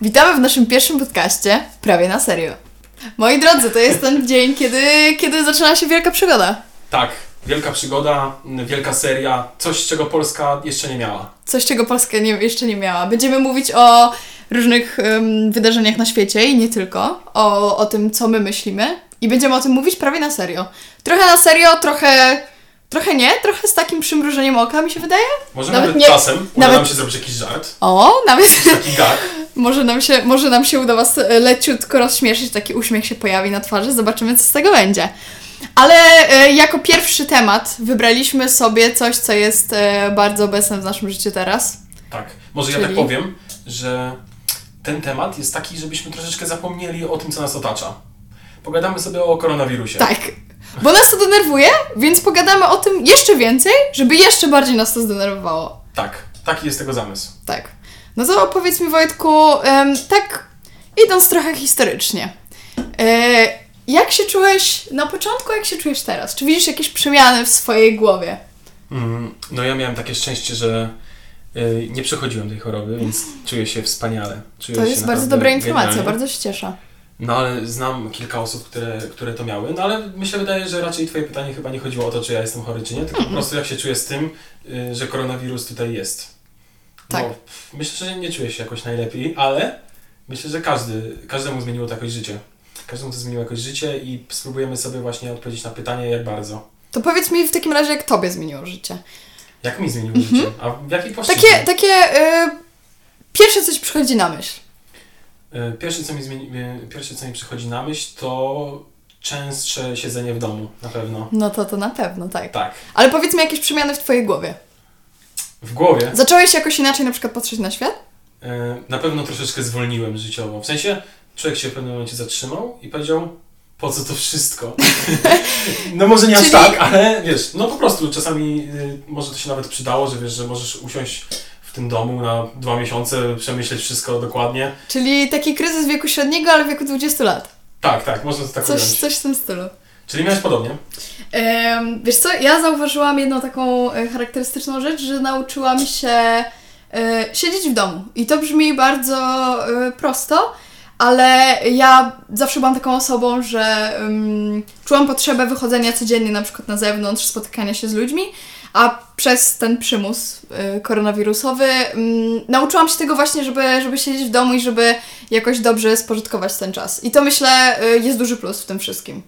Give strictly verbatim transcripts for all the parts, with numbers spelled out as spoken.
Witamy w naszym pierwszym podcaście, prawie na serio. Moi drodzy, to jest ten dzień, kiedy, kiedy zaczyna się wielka przygoda. Tak, wielka przygoda, wielka seria, coś czego Polska jeszcze nie miała. Coś czego Polska nie, jeszcze nie miała. Będziemy mówić o różnych um, wydarzeniach na świecie i nie tylko, o, o tym, co my myślimy. I będziemy o tym mówić prawie na serio. Trochę na serio, trochę... Trochę nie, trochę z takim przymrużeniem oka, mi się wydaje. Może nawet, nawet nie, czasem, może nawet... nam się zrobić jakiś żart. O, nawet... Taki gag. może, nam się, może nam się uda was leciutko rozśmieszyć, taki uśmiech się pojawi na twarzy, zobaczymy, co z tego będzie. Ale e, jako pierwszy temat wybraliśmy sobie coś, co jest e, bardzo obecne w naszym życiu teraz. Tak, może Czyli... ja tak powiem, że ten temat jest taki, żebyśmy troszeczkę zapomnieli o tym, co nas otacza. Pogadamy sobie o koronawirusie. Tak. Bo nas to denerwuje, więc pogadamy o tym jeszcze więcej, żeby jeszcze bardziej nas to zdenerwowało. Tak, taki jest tego zamysł. Tak. No to powiedz mi, Wojtku, um, tak idąc trochę historycznie, e, jak się czułeś na początku, jak się czujesz teraz? Czy widzisz jakieś przemiany w swojej głowie? Mm, no ja miałem takie szczęście, że y, nie przechodziłem tej choroby, więc czuję się wspaniale. Czuję to się jest bardzo dobra informacja, genialnie. Bardzo się cieszę. No ale znam kilka osób, które, które to miały, no ale mi się wydaje, że raczej twoje pytanie chyba nie chodziło o to, czy ja jestem chory, czy nie, tylko mm-mm. po prostu jak się czuję z tym, y, że koronawirus tutaj jest. Tak. No, myślę, że nie czuję się jakoś najlepiej, ale myślę, że każdy, każdemu zmieniło to jakoś życie. Każdemu to zmieniło jakoś życie i spróbujemy sobie właśnie odpowiedzieć na pytanie, jak bardzo. To powiedz mi w takim razie, jak tobie zmieniło życie. Jak mi zmieniło mm-hmm. życie? A w jakiej płaszczyźnie? Takie, takie y, pierwsze, co ci przychodzi na myśl. Pierwsze co, mi zmieni- pierwsze, co mi przychodzi na myśl, to częstsze siedzenie w domu, na pewno. No to to na pewno, tak. Tak. Ale powiedz mi jakieś przemiany w twojej głowie. W głowie? Zacząłeś jakoś inaczej na przykład patrzeć na świat? Na pewno troszeczkę zwolniłem życiowo. W sensie, człowiek się w pewnym momencie zatrzymał i powiedział, po co to wszystko? No może nie aż Czyli... tak, ale wiesz, no po prostu czasami y, może to się nawet przydało, że wiesz, że możesz usiąść w tym domu na dwa miesiące, przemyśleć wszystko dokładnie. Czyli taki kryzys wieku średniego, ale w wieku dwudziestu lat. Tak, tak, można to tak coś, ująć. Coś w tym stylu. Czyli miałeś podobnie? Um, wiesz co, ja zauważyłam jedną taką charakterystyczną rzecz, że nauczyłam się e, siedzieć w domu. I to brzmi bardzo e, prosto, ale ja zawsze byłam taką osobą, że um, czułam potrzebę wychodzenia codziennie na przykład na zewnątrz, spotykania się z ludźmi, a przez ten przymus y, koronawirusowy y, nauczyłam się tego właśnie, żeby, żeby siedzieć w domu i żeby jakoś dobrze spożytkować ten czas. I to myślę y, jest duży plus w tym wszystkim.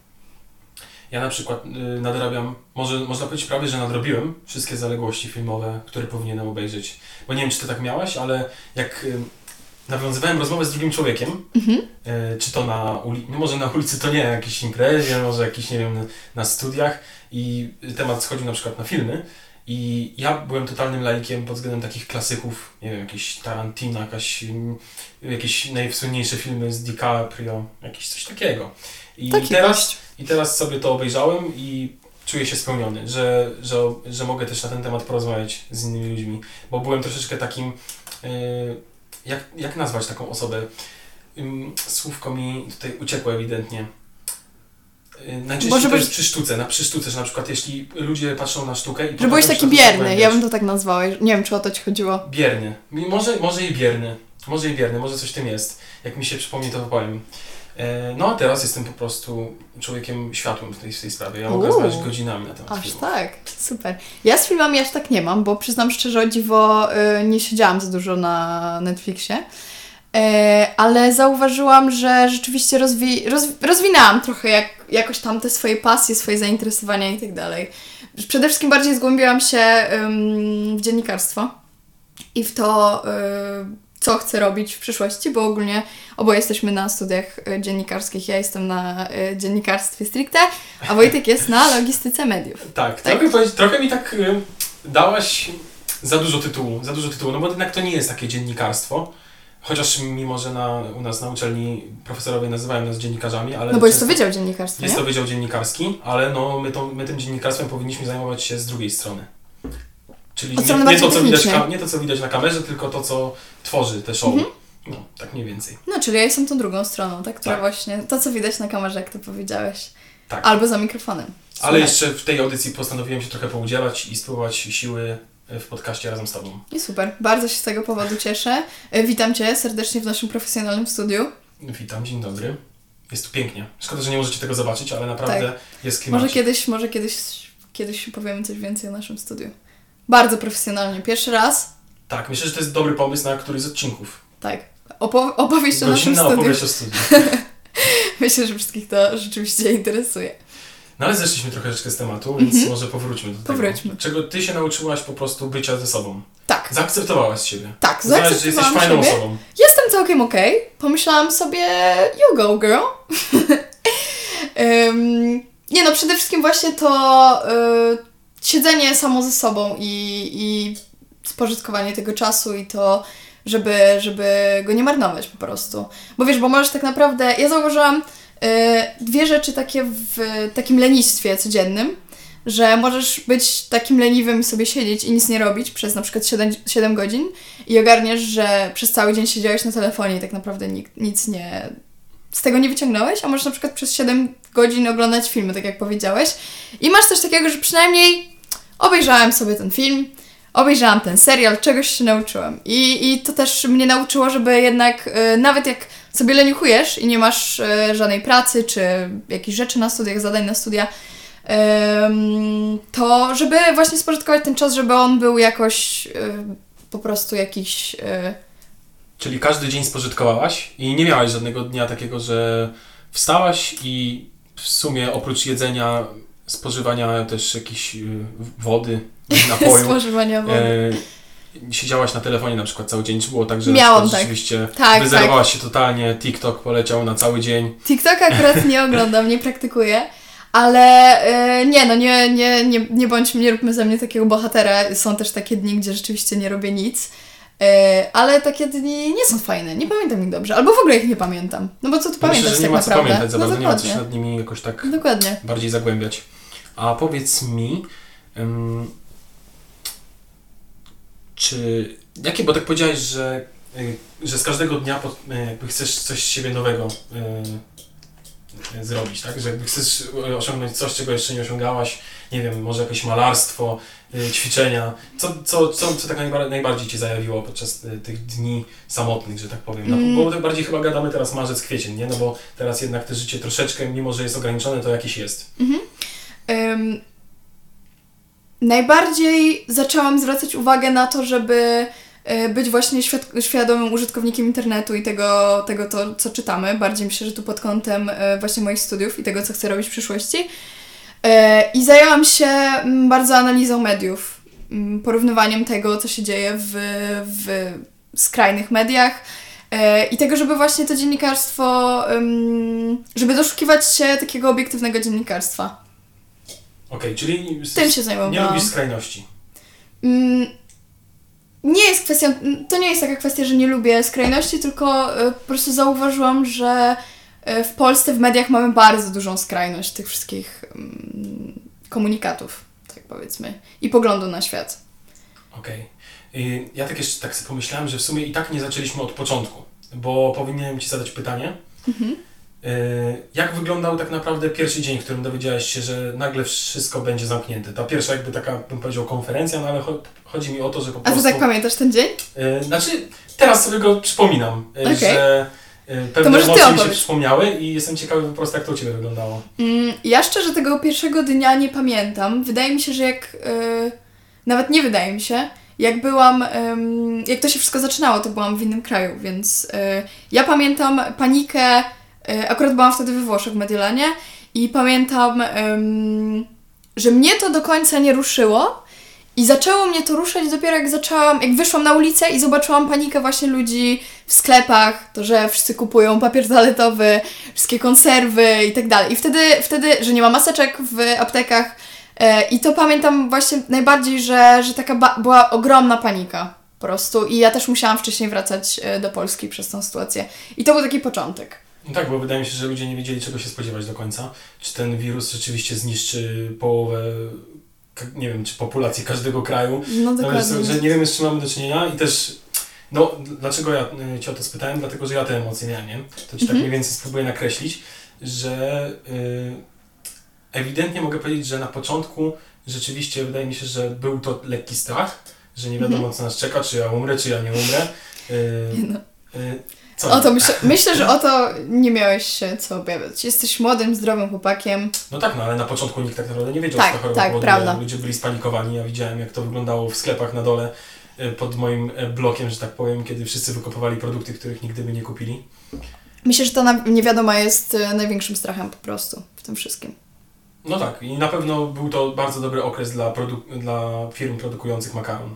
Ja na przykład y, nadrabiam, może można powiedzieć prawie, że nadrobiłem wszystkie zaległości filmowe, które powinienem obejrzeć. Bo nie wiem, czy ty tak miałaś, ale jak y, nawiązywałem rozmowę z drugim człowiekiem, mhm. y, czy to na ulicy, no może na ulicy to nie, jakiejś imprezie, może jakiś, nie wiem, na studiach i temat schodził na przykład na filmy i ja byłem totalnym laikiem pod względem takich klasyków, nie wiem, jakieś Tarantino, jakaś, jakieś najsłynniejsze filmy z DiCaprio, jakieś coś takiego. I Taki teraz, gość. I teraz sobie to obejrzałem i czuję się spełniony, że, że, że mogę też na ten temat porozmawiać z innymi ludźmi, bo byłem troszeczkę takim, yy, jak, jak nazwać taką osobę? Yy, słówko mi tutaj uciekło ewidentnie. Najczęściej Może to być... jest przy sztuce, na przy sztuce, że na przykład jeśli ludzie patrzą na sztukę i... Że byłeś taki bierny, ja bym to tak nazwała, nie wiem, czy o to ci chodziło. Bierny. Może, może i bierny, może i bierny, może coś w tym jest. Jak mi się przypomni, to powiem. No a teraz jestem po prostu człowiekiem światłym w tej, w tej sprawie. Ja mogę rozmawiać godzinami na temat Aż filmów. tak, super. Ja z filmami aż tak nie mam, bo przyznam szczerze, o dziwo nie siedziałam za dużo na Netflixie. Ale zauważyłam, że rzeczywiście rozwi- roz- rozwinęłam trochę jak, jakoś tam te swoje pasje, swoje zainteresowania i tak dalej. Przede wszystkim bardziej zgłębiłam się ym, w dziennikarstwo i w to, yy, co chcę robić w przyszłości, bo ogólnie oboje jesteśmy na studiach y, dziennikarskich. Ja jestem na y, dziennikarstwie stricte, a Wojtek jest na logistyce mediów. Tak, tak? Trochę, trochę mi tak y, dałaś za dużo tytułu, za dużo tytułu, no bo jednak to nie jest takie dziennikarstwo. Chociaż mimo, że na, u nas na uczelni profesorowie nazywają nas dziennikarzami, ale... No bo jest to wydział dziennikarski, Jest nie? to wydział dziennikarski, ale no my, to, my tym dziennikarstwem powinniśmy zajmować się z drugiej strony. Czyli nie, nie, to, co widać, nie to, co widać na kamerze, tylko to, co tworzy te show. Mhm. No, tak mniej więcej. No, czyli ja jestem tą drugą stroną, tak? Która tak. właśnie, to co widać na kamerze, jak to powiedziałeś. Tak. Albo za mikrofonem. Słuchaj. Ale jeszcze w tej audycji postanowiłem się trochę poudzielać i spróbować siły w podcaście razem z Tobą. I super, bardzo się z tego powodu cieszę. Witam Cię serdecznie w naszym profesjonalnym studiu. Witam, dzień dobry. Jest tu pięknie. Szkoda, że nie możecie tego zobaczyć, ale naprawdę tak. jest klimat. Może kiedyś, może kiedyś, kiedyś powiemy coś więcej o naszym studiu. Bardzo profesjonalnie. Pierwszy raz. Tak, myślę, że to jest dobry pomysł na któryś z odcinków. Tak. Opo- opowieść o naszym studiu. Godzinna opowieść o studiu. Myślę, że wszystkich to rzeczywiście interesuje. No ale zeszliśmy troszeczkę z tematu, więc mm-hmm. może powróćmy do tego. Powróćmy. Czego Ty się nauczyłaś po prostu bycia ze sobą. Tak. Zaakceptowałaś siebie. Tak, zaakceptowałam że jesteś fajną siebie. osobą. Jestem całkiem okej. Okay. Pomyślałam sobie, you go girl. um, nie no, przede wszystkim właśnie to y, siedzenie samo ze sobą i, i spożytkowanie tego czasu i to, żeby, żeby go nie marnować po prostu. Bo wiesz, bo możesz tak naprawdę, ja zauważyłam y, dwie rzeczy takie w takim lenistwie codziennym, że możesz być takim leniwym i sobie siedzieć i nic nie robić przez na przykład siedem godzin i ogarniesz, że przez cały dzień siedziałeś na telefonie i tak naprawdę nikt, nic nie... z tego nie wyciągnąłeś, a możesz na przykład przez siedem godzin oglądać filmy, tak jak powiedziałeś. I masz coś takiego, że przynajmniej obejrzałem sobie ten film, obejrzałam ten serial, czegoś się nauczyłam. I, i to też mnie nauczyło, żeby jednak y, nawet jak sobie leniuchujesz i nie masz y, żadnej pracy, czy jakichś rzeczy na studiach, zadań na studia, y, to żeby właśnie spożytkować ten czas, żeby on był jakoś y, po prostu jakiś... Y, Czyli każdy dzień spożytkowałaś i nie miałaś żadnego dnia takiego, że wstałaś i w sumie oprócz jedzenia, spożywania też jakiejś wody, napoju, spożywania wody. E, siedziałaś na telefonie na przykład cały dzień, czy było tak, że Miałam, na tak. rzeczywiście tak, wyzerowałaś tak. się totalnie, TikTok poleciał na cały dzień. TikToka akurat nie oglądam, nie praktykuję, ale yy, nie no, nie, nie, nie, nie bądźmy, nie róbmy ze mnie takiego bohatera. Są też takie dni, gdzie rzeczywiście nie robię nic. Yy, ale takie dni nie są fajne, nie pamiętam ich dobrze, albo w ogóle ich nie pamiętam. No bo co tu Myślę, pamiętać że tak nie ma naprawdę? co pamiętać za no bardzo, nie ma co dokładnie. się nad nimi jakoś tak dokładnie. bardziej zagłębiać. A powiedz mi, um, czy jakie, bo tak powiedziałeś, że, y, że z każdego dnia pod, y, jakby chcesz coś z siebie nowego y, y, zrobić, tak? Że jakby chcesz osiągnąć coś, czego jeszcze nie osiągałaś, nie wiem, może jakieś malarstwo, y, ćwiczenia. Co, co, co, co tak najbardziej, najbardziej Cię zajawiło podczas y, tych dni samotnych, że tak powiem? No, Mm. bo tak bardziej chyba gadamy teraz marzec, kwiecień, nie? No bo teraz jednak te życie troszeczkę, mimo że jest ograniczone, to jakieś jest. Mhm. Um, najbardziej zaczęłam zwracać uwagę na to, żeby y, być właśnie świad- świadomym użytkownikiem internetu i tego, tego to, co czytamy. Bardziej myślę, że tu pod kątem y, właśnie moich studiów i tego, co chcę robić w przyszłości. Y, I zajęłam się m, bardzo analizą mediów, m, porównywaniem tego, co się dzieje w, w skrajnych mediach y, i tego, żeby właśnie to dziennikarstwo, ym, żeby doszukiwać się takiego obiektywnego dziennikarstwa. Okej, okay, czyli tym się zajmowałam. Nie lubisz skrajności. Mm, nie jest kwestią, to nie jest taka kwestia, że nie lubię skrajności, tylko y, po prostu zauważyłam, że y, w Polsce w mediach mamy bardzo dużą skrajność tych wszystkich y, komunikatów, tak powiedzmy, i poglądu na świat. Okej. Okay. Ja tak jeszcze tak sobie pomyślałem, że w sumie i tak nie zaczęliśmy od początku, bo powinienem Ci zadać pytanie. Mhm. Jak wyglądał tak naprawdę pierwszy dzień, w którym dowiedziałeś się, że nagle wszystko będzie zamknięte? Ta pierwsza jakby taka, bym powiedział, konferencja, no ale chodzi mi o to, że po prostu... A Ty tak pamiętasz ten dzień? Yy, znaczy, teraz sobie go przypominam, yy, okay. że yy, pewne emocje mi się przypomniały i jestem ciekawy po prostu, jak to u Ciebie wyglądało. Mm, ja szczerze tego pierwszego dnia nie pamiętam. Wydaje mi się, że jak... Yy, nawet nie wydaje mi się, jak byłam... Yy, jak to się wszystko zaczynało, to byłam w innym kraju, więc yy, ja pamiętam panikę. Akurat byłam wtedy we Włoszech, w Mediolanie i pamiętam, um, że mnie to do końca nie ruszyło i zaczęło mnie to ruszać dopiero jak zaczęłam, jak wyszłam na ulicę i zobaczyłam panikę właśnie ludzi w sklepach, to, że wszyscy kupują papier toaletowy, wszystkie konserwy i tak dalej. I wtedy, wtedy, że nie ma maseczek w aptekach e, i to pamiętam właśnie najbardziej, że, że taka ba- była ogromna panika po prostu i ja też musiałam wcześniej wracać do Polski przez tą sytuację. I to był taki początek. No tak, bo wydaje mi się, że ludzie nie wiedzieli, czego się spodziewać do końca. Czy ten wirus rzeczywiście zniszczy połowę, nie wiem, czy populacji każdego kraju. No dokładnie. No, że, że nie wiemy, z czym mamy do czynienia i też, no, dlaczego ja Cię o to spytałem? Dlatego, że ja te emocje miałem, nie? To Ci mm-hmm. tak mniej więcej spróbuję nakreślić, że y, ewidentnie mogę powiedzieć, że na początku rzeczywiście wydaje mi się, że był to lekki strach, że nie wiadomo, co nas czeka, czy ja umrę, czy ja nie umrę. Yy, No. yy, co? O to myślę, myślę, że o to nie miałeś się co obawiać. Jesteś młodym, zdrowym chłopakiem. No tak, no ale na początku nikt tak naprawdę nie wiedział, Tak, co ta choroba tak, powoduje. prawda. Ludzie byli spanikowani, ja widziałem, jak to wyglądało w sklepach na dole yy, pod moim yy, blokiem, że tak powiem, kiedy wszyscy wykupowali produkty, których nigdy by nie kupili. Myślę, że ta na- niewiadoma jest e, największym strachem po prostu w tym wszystkim. No tak, i na pewno był to bardzo dobry okres dla, produ- dla firm produkujących makaron.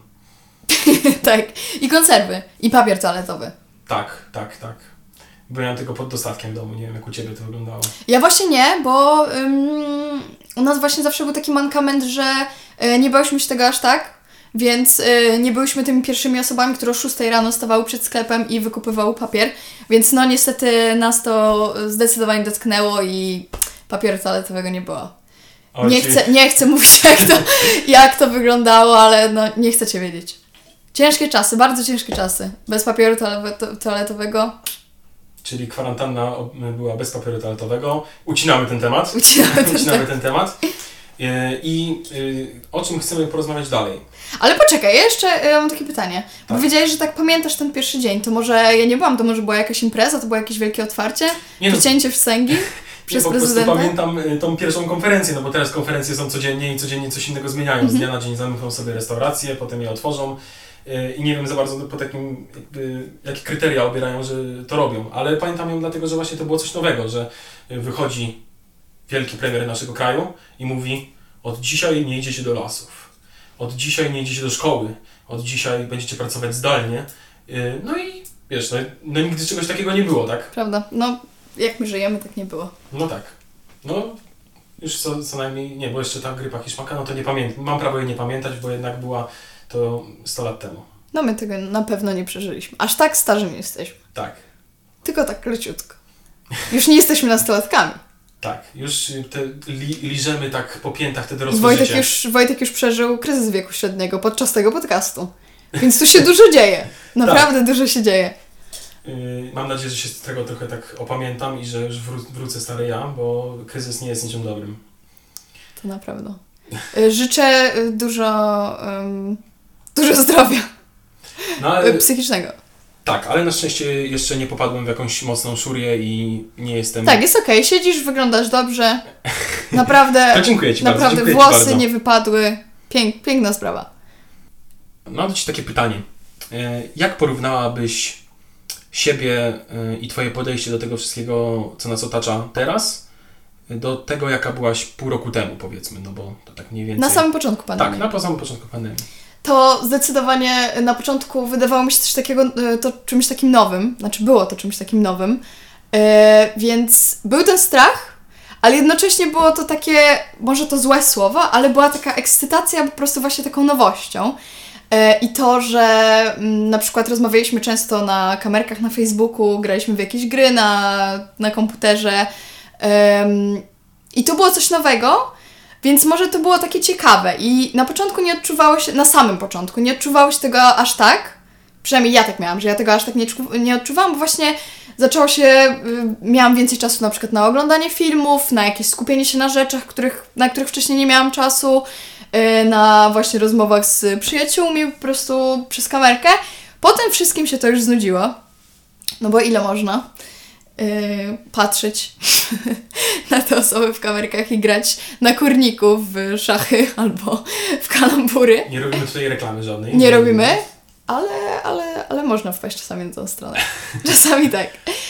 Tak. I konserwy. I papier toaletowy. Tak, tak, tak. Byłem tylko pod dostatkiem w domu, nie wiem jak u Ciebie to wyglądało. Ja właśnie nie, bo ym, u nas właśnie zawsze był taki mankament, że y, nie bałyśmy się tego aż tak, więc y, nie byłyśmy tymi pierwszymi osobami, które o szóstej rano stawały przed sklepem i wykupywały papier, więc no niestety nas to zdecydowanie dotknęło i papieru toaletowego nie było. O, Nie czyli- chcę, nie chcę mówić jak to, jak to wyglądało, ale no nie chcecie wiedzieć. Ciężkie czasy, bardzo ciężkie czasy. Bez papieru toale- to- toaletowego Czyli kwarantanna ob- była bez papieru toaletowego. Ucinamy ten temat. ucinamy ten Ucinamy tak. ten temat. Yy, I yy, o czym chcemy porozmawiać dalej? Ale poczekaj, ja jeszcze y, mam takie pytanie. Bo Tak. wiedziałeś, że tak pamiętasz ten pierwszy dzień, to może ja nie byłam, to może była jakaś impreza, to było jakieś wielkie otwarcie? Nie no, Wycięcie wstęgi przez nie, po prostu prezydenta? pamiętam y, tą pierwszą konferencję, no bo teraz konferencje są codziennie i codziennie coś innego zmieniają. Mhm. Z dnia na dzień zamkną sobie restauracje, potem je otworzą. Y, I nie wiem za bardzo po takim, jakby, jakie kryteria obierają, że to robią. Ale pamiętam ją dlatego, że właśnie to było coś nowego, że y, wychodzi wielki premier naszego kraju i mówi: od dzisiaj nie idziecie do lasów, od dzisiaj nie idziecie do szkoły, od dzisiaj będziecie pracować zdalnie. Y, No i wiesz, no, no nigdy czegoś takiego nie było, tak? Prawda, no jak my żyjemy, tak nie było. No tak. No już co, co najmniej, nie, bo jeszcze ta grypa hiszpaka, no to nie pamiętam. Mam prawo jej nie pamiętać, bo jednak była to sto lat temu. No my tego na pewno nie przeżyliśmy. Aż tak starzy nie jesteśmy. Tak, Tylko tak leciutko. Już nie jesteśmy nastolatkami. tak. Już y, te li, liżemy tak po piętach te I dorosłe Wojtek życie. już, Wojtek już przeżył kryzys wieku średniego podczas tego podcastu. Więc tu się dużo dzieje. Naprawdę dużo się dzieje. Y, mam nadzieję, że się z tego trochę tak opamiętam i że już wró- wrócę stary ja, bo kryzys nie jest niczym dobrym. To na pewno. Y, Życzę y, dużo, ym, dużo zdrowia No y, ale psychicznego. tak, ale na szczęście jeszcze nie popadłem w jakąś mocną szurię i nie jestem... Tak, jest okej. Siedzisz, wyglądasz dobrze. Naprawdę, To dziękuję Ci bardzo, naprawdę dziękuję włosy Ci bardzo. nie wypadły. Pięk, piękna sprawa. Mam do Ci takie pytanie. E, Jak porównałabyś siebie e, i Twoje podejście do tego wszystkiego, co nas otacza teraz, do tego, jaka byłaś pół roku temu, powiedzmy, no bo to tak mniej więcej... Na samym początku pandemii. Tak, na samym początku pandemii. To zdecydowanie na początku wydawało mi się coś takiego, y, to czymś takim nowym. Znaczy było to czymś takim nowym. Y, Więc był ten strach, ale jednocześnie było to takie, może to złe słowo, ale była taka ekscytacja po prostu właśnie taką nowością. E, I to, że mm, na przykład rozmawialiśmy często na kamerkach na Facebooku, graliśmy w jakieś gry na, na komputerze em, i to było coś nowego, więc może to było takie ciekawe i na początku nie odczuwało się, na samym początku nie odczuwało się tego aż tak, przynajmniej ja tak miałam, że ja tego aż tak nie, czu- nie odczuwałam, bo właśnie zaczęło się, y, miałam więcej czasu na przykład na oglądanie filmów, na jakieś skupienie się na rzeczach, których, na których wcześniej nie miałam czasu, y, na właśnie rozmowach z przyjaciółmi po prostu przez kamerkę. Potem wszystkim się to już znudziło, no bo ile można y, patrzeć na te osoby w kamerkach i grać na kurniku w szachy albo w kalambury. Nie robimy tutaj reklamy żadnej. Nie robimy, ale, ale, ale można wpaść czasami na tą stronę. Czasami tak.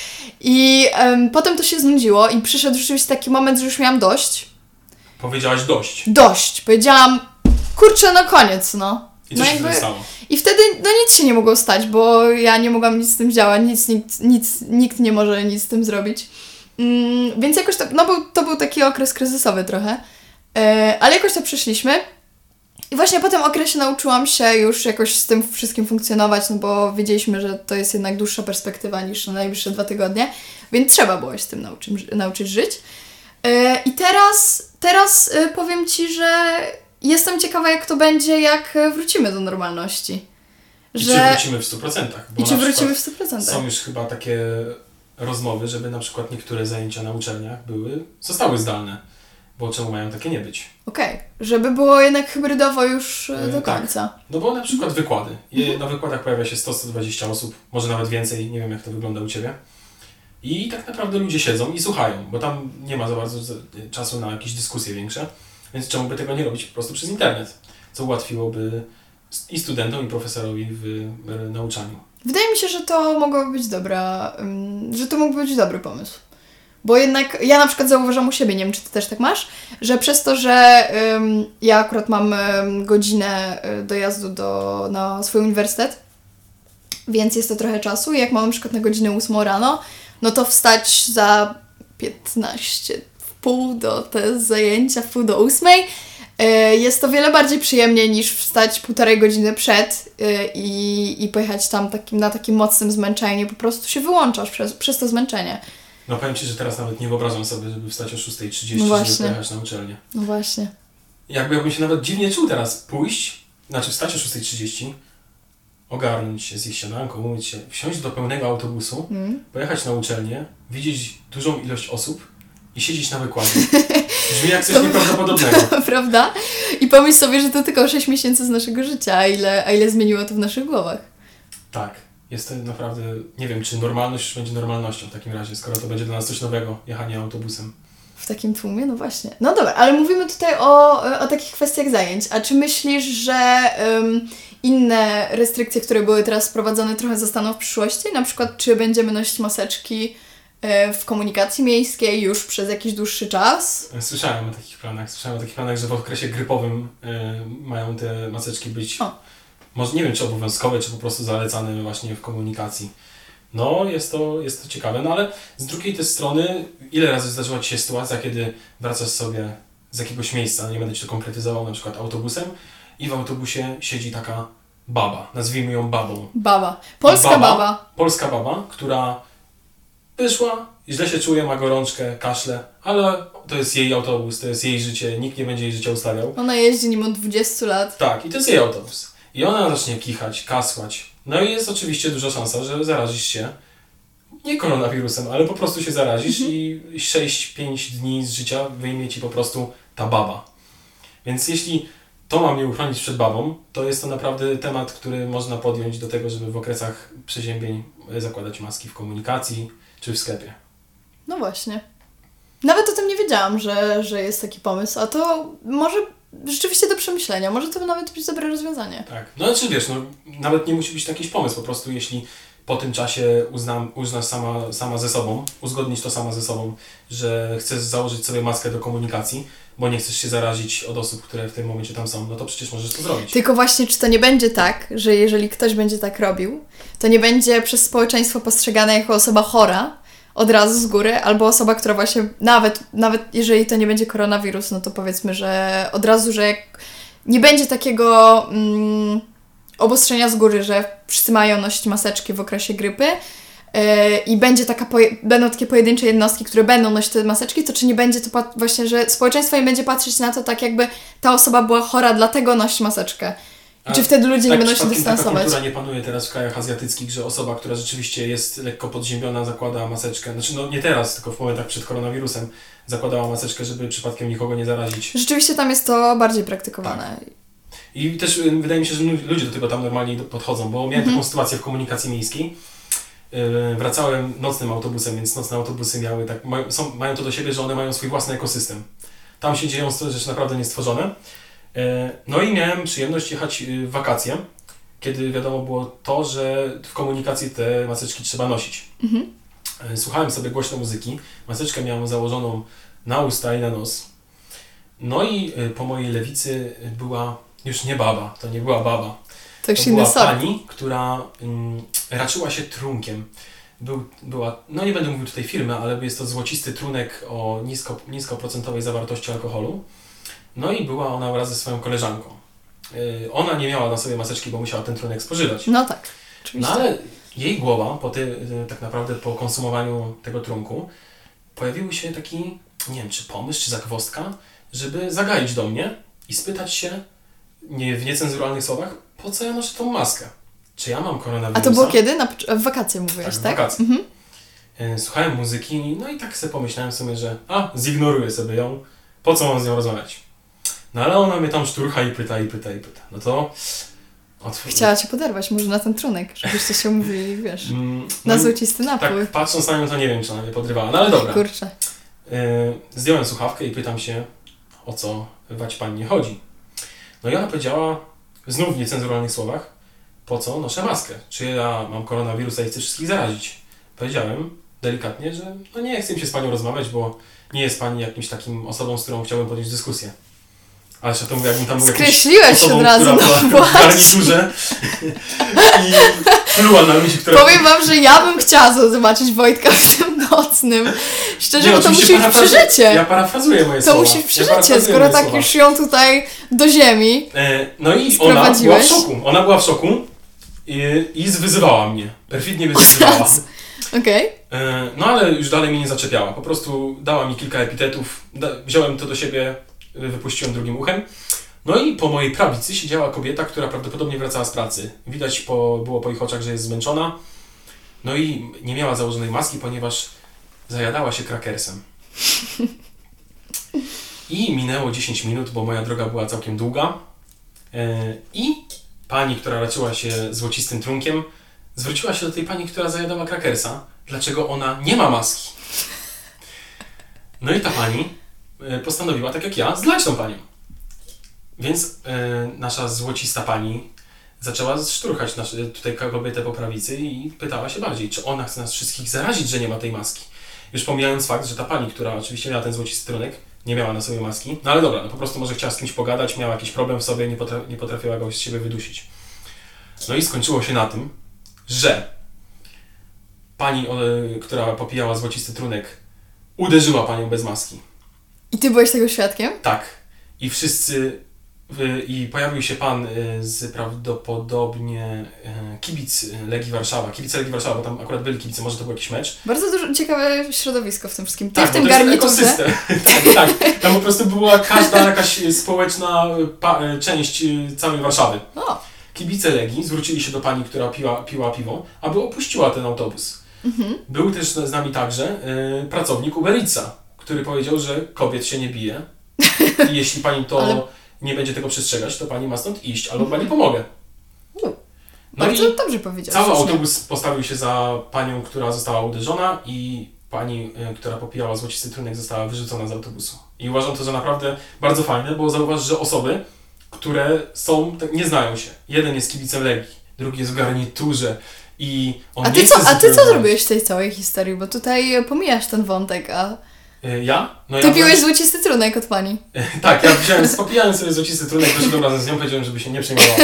I em, potem to się znudziło i przyszedł rzeczywiście taki moment, że już miałam dość. Powiedziałaś dość. Dość. Powiedziałam, kurczę, no koniec, no. I co no się wtedy stało? I wtedy no nic się nie mogło stać, bo ja nie mogłam nic z tym działać, nic, nikt, nic, nikt nie może nic z tym zrobić. Mm, więc jakoś to, no był, to był taki okres kryzysowy trochę, e, ale jakoś to przeszliśmy. I właśnie po tym okresie nauczyłam się już jakoś z tym wszystkim funkcjonować, no bo wiedzieliśmy, że to jest jednak dłuższa perspektywa niż na najbliższe dwa tygodnie, więc trzeba było się z tym nauczyć, nauczyć żyć. E, I teraz, teraz e, powiem Ci, że jestem ciekawa, jak to będzie, jak wrócimy do normalności. I Że... czy wrócimy w stu procentach? Bo I czy na wrócimy przykład w stu procentach. Są już chyba takie rozmowy, żeby na przykład niektóre zajęcia na uczelniach były, zostały zdalne. bo czemu mają takie nie być? Okej, okay. Żeby było jednak hybrydowo już e, do tak. końca. No bo na przykład wykłady. Je, na wykładach pojawia się sto do stu dwudziestu osób, może nawet więcej, nie wiem jak to wygląda u Ciebie. I tak naprawdę ludzie siedzą i słuchają, bo tam nie ma za bardzo czasu na jakieś dyskusje większe, więc czemu by tego nie robić po prostu przez internet, co ułatwiłoby i studentom, i profesorowi w nauczaniu. Wydaje mi się, że to mogłoby być dobra, że to mógłby być dobry pomysł. Bo jednak ja na przykład zauważam u siebie, nie wiem czy ty też tak masz, że przez to, że um, ja akurat mam um, godzinę dojazdu do, na swój uniwersytet, więc jest to trochę czasu i jak mam na przykład na godzinę ósmą rano, no to wstać za piętnaście, w pół do te zajęcia, w pół do ósmej, jest to wiele bardziej przyjemnie niż wstać półtorej godziny przed i, i pojechać tam takim, na takim mocnym zmęczeniu. Po prostu się wyłączasz przez, przez to zmęczenie. No powiem Ci, że teraz nawet nie wyobrażam sobie, żeby wstać o szósta trzydzieści, no żeby pojechać na uczelnię. No właśnie. Jakby ja bym się nawet dziwnie czuł teraz pójść, znaczy wstać o szósta trzydzieści, ogarnąć się, zjeść śniadanko, umyć się, wsiąść do pełnego autobusu, mm. pojechać na uczelnię, widzieć dużą ilość osób i siedzieć na wykładzie. Brzmi jak coś nieprawdopodobnego. Prawda? I pomyśl sobie, że to tylko sześć miesięcy z naszego życia, a ile, a ile zmieniło to w naszych głowach. Tak. Jest to naprawdę, nie wiem, czy normalność już będzie normalnością w takim razie, skoro to będzie dla nas coś nowego, jechanie autobusem. W takim tłumie? No właśnie. No dobra, ale mówimy tutaj o, o takich kwestiach zajęć. A czy myślisz, że um, inne restrykcje, które były teraz wprowadzone, trochę zostaną w przyszłości? Na przykład, czy będziemy nosić maseczki w komunikacji miejskiej już przez jakiś dłuższy czas? Słyszałem o takich planach. Słyszałem o takich planach, że w okresie grypowym y, mają te maseczki być, o. może nie wiem, czy obowiązkowe, czy po prostu zalecane właśnie w komunikacji. No, jest to, jest to ciekawe, no ale z drugiej też strony, ile razy zdarzyła Ci się sytuacja, kiedy wracasz sobie z jakiegoś miejsca, nie będę Ci to konkretyzował, na przykład autobusem, i w autobusie siedzi taka baba, nazwijmy ją babą. Baba. Polska baba. baba. Polska baba, która wyszła, źle się czuje, ma gorączkę, kaszle, ale to jest jej autobus, to jest jej życie, nikt nie będzie jej życia ustawiał. Ona jeździ nim od dwudziestu lat. Tak, i to jest jej autobus. I ona zacznie kichać, kasłać. No i jest oczywiście duża szansa, że zarazisz się, nie koronawirusem, ale po prostu się zarazisz mhm. i sześć pięć dni z życia wyjmie Ci po prostu ta baba. Więc jeśli to ma mnie uchronić przed babą, to jest to naprawdę temat, który można podjąć do tego, żeby w okresach przeziębień zakładać maski w komunikacji czy w sklepie. No właśnie. Nawet o tym nie wiedziałam, że, że jest taki pomysł, a to może rzeczywiście do przemyślenia. Może to nawet być dobre rozwiązanie. Tak. No ale czy wiesz, no, nawet nie musi być jakiś pomysł. Po prostu jeśli po tym czasie uznam, uznasz sama, sama ze sobą, uzgodnisz to sama ze sobą, że chcesz założyć sobie maskę do komunikacji, bo nie chcesz się zarazić od osób, które w tym momencie tam są, no to przecież możesz to zrobić. Tylko właśnie, czy to nie będzie tak, że jeżeli ktoś będzie tak robił, to nie będzie przez społeczeństwo postrzegane jako osoba chora od razu z góry, albo osoba, która właśnie, nawet, nawet jeżeli to nie będzie koronawirus, no to powiedzmy, że od razu, że nie będzie takiego mm, obostrzenia z góry, że wszyscy mają nosić maseczki w okresie grypy, i będzie taka poje- będą takie pojedyncze jednostki, które będą nosić te maseczki, to czy nie będzie to pat- właśnie, że społeczeństwo nie będzie patrzeć na to tak, jakby ta osoba była chora, dlatego nosi maseczkę. I czy wtedy ludzie tak, nie będą się dystansować? Taka kultura nie panuje teraz w krajach azjatyckich, że osoba, która rzeczywiście jest lekko podziębiona, zakłada maseczkę. Znaczy, no nie teraz, tylko w momentach przed koronawirusem zakładała maseczkę, żeby przypadkiem nikogo nie zarazić. Rzeczywiście tam jest to bardziej praktykowane. Tak. I też wydaje mi się, że ludzie do tego tam normalnie podchodzą, bo miałem mhm. taką sytuację w komunikacji miejskiej. Wracałem nocnym autobusem, więc nocne autobusy miały tak, mają, są, mają to do siebie, że one mają swój własny ekosystem. Tam się dzieją rzeczy naprawdę niestworzone. No i miałem przyjemność jechać w wakacje, kiedy wiadomo było to, że w komunikacji te maseczki trzeba nosić. Mhm. Słuchałem sobie głośno muzyki, maseczkę miałem założoną na usta i na nos. No i po mojej lewicy była już nie baba, to nie była baba. To, to była pani, która mm, raczyła się trunkiem. Był, była, no nie będę mówił tutaj firmy, ale jest to złocisty trunek o nisko, niskoprocentowej zawartości alkoholu. No i była ona wraz ze swoją koleżanką. Yy, ona nie miała na sobie maseczki, bo musiała ten trunek spożywać. No tak, oczywiście. No ale jej głowa, po ty, yy, tak naprawdę po konsumowaniu tego trunku, pojawił się taki, nie wiem, czy pomysł, czy zagwozdka, żeby zagaić do mnie i spytać się nie, w niecenzuralnych słowach, po co ja noszę tą maskę? Czy ja mam koronawirusa? A to było kiedy? Na, w wakacje mówiłeś, tak? Tak, w wakacje. Mhm. Słuchałem muzyki, no i tak sobie pomyślałem sobie, że a, zignoruję sobie ją, Po co mam z nią rozmawiać? No ale ona mnie tam szturcha i pyta, i pyta, i pyta. No to... Otw- Chciała cię poderwać może na ten trunek, żebyście się umówili, wiesz, mm, na no, złocisty napój. Tak, patrząc na nią, to nie wiem, czy ona mnie podrywała. No ale dobra. Kurczę. Yy, zdjąłem słuchawkę i pytam się, o co wać pani nie chodzi. No i ona powiedziała, znów w niecenzuralnych słowach, po co noszę maskę? Czy ja mam koronawirusa i chcę wszystkich zarazić? Powiedziałem delikatnie, że no nie chcę się z panią rozmawiać, bo nie jest pani jakimś takim osobą, z którą chciałbym podjąć dyskusję. Ale ja to mówię, jakbym tam był Skreśliłeś osobą, od razu, która no była w garniturze i pluła na ludzi, które... Powiem wam, że ja bym chciała zobaczyć Wojtka w tym nocnym. Szczerze, Nie, bo to oczywiście musi być parafrazuję- przeżycie. Ja parafrazuję moje To słowa. musi być Ja przeżycie, parafrazuję skoro moje tak słowa. już ją tutaj do ziemi. E, no i ona Sprowadziłeś. była w szoku. Ona była w szoku i, i wyzywała mnie. Perfidnie mnie wyzywała. Okej. E, no ale już dalej mnie nie zaczepiała. Po prostu dała mi kilka epitetów. Da, wziąłem to do siebie, wypuściłem drugim uchem. No i po mojej prawicy siedziała kobieta, która prawdopodobnie wracała z pracy. Widać po, było po ich oczach, że jest zmęczona. No i nie miała założonej maski, ponieważ zajadała się krakersem. I minęło dziesięć minut, bo moja droga była całkiem długa. Yy, I pani, która raczyła się złocistym trunkiem, zwróciła się do tej pani, która zajadała krakersa, dlaczego ona nie ma maski. No i ta pani yy, postanowiła, tak jak ja, zlać tą panią. Więc yy, nasza złocista pani zaczęła szturchać nasz, tutaj kobietę po prawicy i pytała się bardziej, czy ona chce nas wszystkich zarazić, że nie ma tej maski. Już pomijając fakt, że ta pani, która oczywiście miała ten złocisty trunek, nie miała na sobie maski, no ale dobra, no po prostu może chciała z kimś pogadać, miała jakiś problem w sobie, nie, potra- nie potrafiła go z siebie wydusić. No i skończyło się na tym, że pani, o, która popijała złocisty trunek, uderzyła panią bez maski. I ty byłeś tego świadkiem? Tak. I wszyscy... I pojawił się pan z prawdopodobnie kibic Legii Warszawa, kibice Legii Warszawa, bo tam akurat byli kibice, może to był jakiś mecz. Bardzo dużo, ciekawe środowisko w tym wszystkim. Ty tak, w tym to jest garniturze. ekosystem. tak, tak. Tam po prostu była każda jakaś społeczna pa- część całej Warszawy. O. Kibice Legii zwrócili się do pani, która piła, piła piwo, aby opuściła ten autobus. Mhm. Był też z nami także y, pracownik Uber Eatsa, który powiedział, że kobiet się nie bije i jeśli pani to... Ale... nie będzie tego przestrzegać, to pani ma stąd iść, albo pani pomogę. U, No bardzo i dobrze powiedziałeś. cały słusznie. autobus postawił się za panią, która została uderzona i pani, y, która popijała złocisty trunek, została wyrzucona z autobusu. I uważam to za naprawdę bardzo fajne, bo zauważ, że osoby, które są, tak, nie znają się. Jeden jest kibicem Legii, drugi jest w garniturze i on A nie ty co, chce a ty co zupełnie- zrobiłeś w tej całej historii? Bo tutaj pomijasz ten wątek, a Y, Ja? No ty ja piłeś byłem- złocisty trunek od pani. Tak, ja wziąłem, spopijałem sobie złocisty trunek, poszedłem razem z nią, powiedziałem, żeby się nie przejmowała.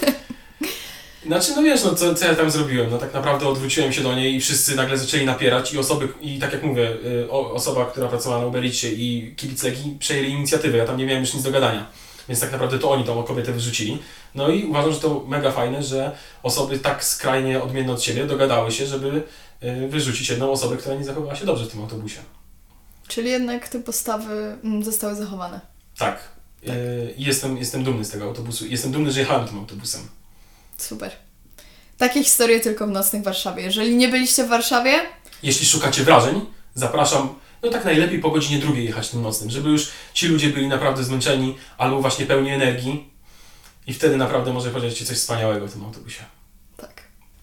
Znaczy, no wiesz, no co, co ja tam zrobiłem? No tak naprawdę odwróciłem się do niej i wszyscy nagle zaczęli napierać i osoby, i tak jak mówię, y, o, osoba, która pracowała na Uber Eatsie i kibic Legii przejęli inicjatywę, ja tam nie miałem już nic do gadania. Więc tak naprawdę to oni tą kobietę wyrzucili. No i uważam, że to mega fajne, że osoby tak skrajnie odmienne od siebie dogadały się, żeby y, wyrzucić jedną osobę, która nie zachowała się dobrze w tym autobusie. Czyli jednak te postawy mm, zostały zachowane. Tak. Y, I jestem, jestem dumny z tego autobusu. I jestem dumny, że jechałem tym autobusem. Super. Takie historie tylko w nocnych Warszawie. Jeżeli nie byliście w Warszawie, Jeśli szukacie wrażeń, zapraszam, no tak najlepiej po godzinie drugiej jechać tym nocnym, żeby już ci ludzie byli naprawdę zmęczeni albo właśnie pełni energii i wtedy naprawdę może powiedzieć Ci coś wspaniałego w tym autobusie. tak.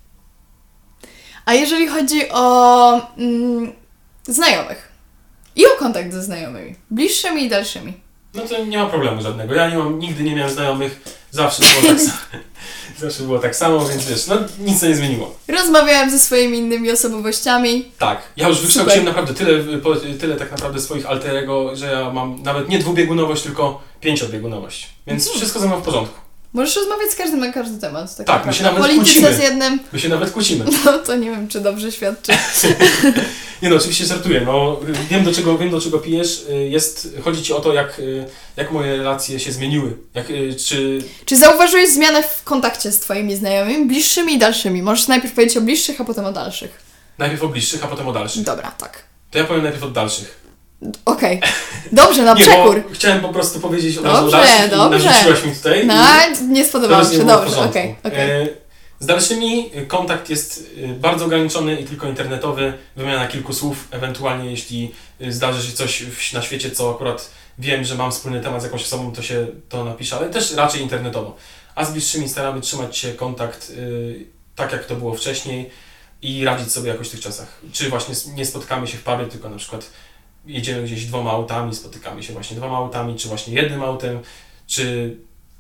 A jeżeli chodzi o mm, znajomych i o kontakt ze znajomymi, bliższymi i dalszymi. No to nie ma problemu żadnego. Ja nie mam, nigdy nie miałem znajomych, zawsze było tak samo. Zawsze było tak samo, więc wiesz, no nic się nie zmieniło. Rozmawiałem ze swoimi innymi osobowościami. Tak, ja już Super. wykształciłem naprawdę tyle, po- tyle tak naprawdę swoich alterego, że ja mam nawet nie dwubiegunowość, tylko pięciobiegunowość. Więc Mhm. wszystko ze mną w porządku. Możesz rozmawiać z każdym na każdy temat. Tak, Tak, my się naprawdę. nawet Polityce kłócimy. z jednym, My się nawet kłócimy. no to nie wiem, czy dobrze świadczy. Nie no, oczywiście żartuję, no wiem do czego, wiem do czego pijesz, y, jest, chodzi Ci o to jak, y, jak moje relacje się zmieniły, jak, y, czy, Czy zauważyłeś zmianę w kontakcie z Twoimi znajomymi, bliższymi i dalszymi? Możesz najpierw powiedzieć o bliższych, a potem o dalszych. najpierw o bliższych, a potem o dalszych. Dobra, tak. To ja powiem najpierw od dalszych. Okej. Dobrze, na Nie, przekór. bo chciałem po prostu powiedzieć od razu o Dobrze, dalszych dobrze. i nawróciłaś mi tutaj. No, i nie to spodobało już się. nie było w Dobrze, porządku. okej, okej. E, Z dalszymi kontakt jest bardzo ograniczony i tylko internetowy, wymiana kilku słów, ewentualnie jeśli zdarzy się coś na świecie, co akurat wiem, że mam wspólny temat z jakąś osobą, to się to napisze, ale też raczej internetowo. A z bliższymi staramy trzymać się kontakt yy, tak, jak to było wcześniej i radzić sobie jakoś w tych czasach. Czy właśnie nie spotykamy się w pary, tylko na przykład jedziemy gdzieś dwoma autami, spotykamy się właśnie dwoma autami, czy właśnie jednym autem, czy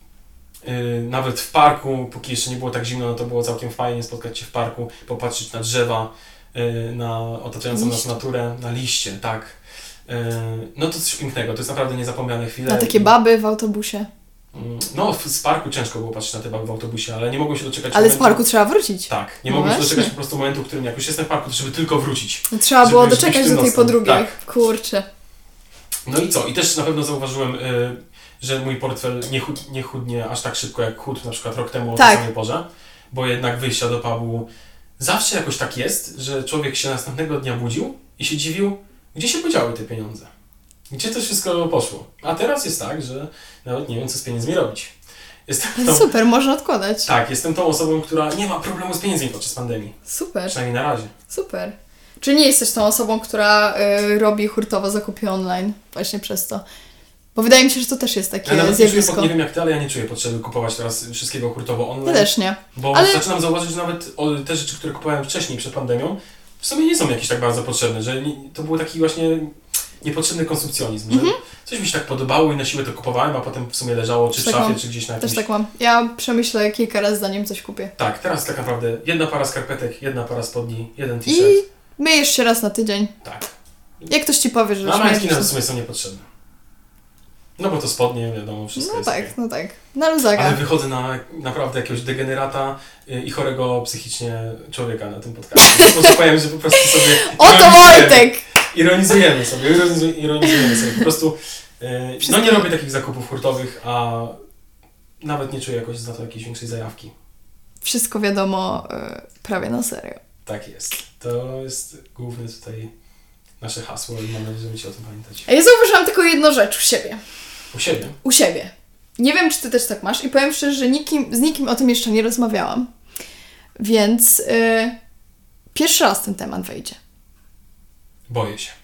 Yy, nawet w parku, póki jeszcze nie było tak zimno, no to było całkiem fajnie spotkać się w parku, popatrzeć na drzewa, yy, na otaczającą nas naturę, na liście, tak. Yy, no to coś pięknego, to jest naprawdę niezapomniane chwile. Na takie baby w autobusie. Yy, no w, z parku ciężko było patrzeć na te baby w autobusie, ale nie mogłem się doczekać Ale momentu, z parku trzeba wrócić. Tak, nie no mogłem właśnie. się doczekać po prostu momentu, w którym jak już jestem w parku, to żeby tylko wrócić. No, trzeba było doczekać do tej nocą. podrugiej. Tak. Kurczę. No i co? I też na pewno zauważyłem, yy, że mój portfel nie, chud, nie chudnie aż tak szybko, jak chudł na przykład rok temu o Tak. tej samej porze, bo jednak wyjścia do pubu zawsze jakoś tak jest, że człowiek się następnego dnia budził i się dziwił, gdzie się podziały te pieniądze. Gdzie to wszystko poszło. A teraz jest tak, że nawet nie wiem, co z pieniędzmi robić. Jestem tą, Super, można odkładać. tak, jestem tą osobą, która nie ma problemu z pieniędzmi podczas pandemii. Super, Przynajmniej na razie. super. Czy nie jesteś tą osobą, która y, robi hurtowo zakupy online właśnie przez to? Bo wydaje mi się, że to też jest takie Ja nawet nie, czuję, zjawisko. nie wiem jak ty, ale ja nie czuję potrzeby kupować teraz wszystkiego hurtowo online. Ja też nie. Bo Ale- zaczynam zauważyć, że nawet o, te rzeczy, które kupowałem wcześniej, przed pandemią, w sumie nie są jakieś tak bardzo potrzebne, że nie, to był taki właśnie niepotrzebny konsumpcjonizm, Mhm. że coś mi się tak podobało i na siłę to kupowałem, a potem w sumie leżało czy w Tak szafie, mam. czy gdzieś na jakimś... Też tak mam. Ja przemyślę kilka razy zanim coś kupię. Tak, teraz tak naprawdę jedna para skarpetek, jedna para spodni, jeden t-shirt. I myjesz się raz na tydzień. Tak. Jak ktoś ci powie, że No, a śmiejesz majtki się. nawet w sumie są niepotrzebne. No bo to spodnie, wiadomo, wszystko No jest tak, okej. no tak. Na luzaka. Ale wychodzę na naprawdę jakiegoś degenerata y, i chorego psychicznie człowieka na tym podcastie. Po prostu powiem, że po prostu sobie... Oto ironizujemy. Wojtek! Ironizujemy sobie, ironizu- ironizujemy sobie. Po prostu y, no Wszystko- nie robię takich zakupów hurtowych, a nawet nie czuję jakoś za to jakiejś większej zajawki. Wszystko wiadomo y, prawie na serio. Tak jest. To jest główne tutaj nasze hasło i mam nadzieję, że będziecie o tym pamiętać. A ja zauważyłam tylko jedną rzecz u siebie. U siebie. U siebie. Nie wiem, czy ty też tak masz i powiem szczerze, że nikim, z nikim o tym jeszcze nie rozmawiałam. Więc y, pierwszy raz ten temat wejdzie. Boję się.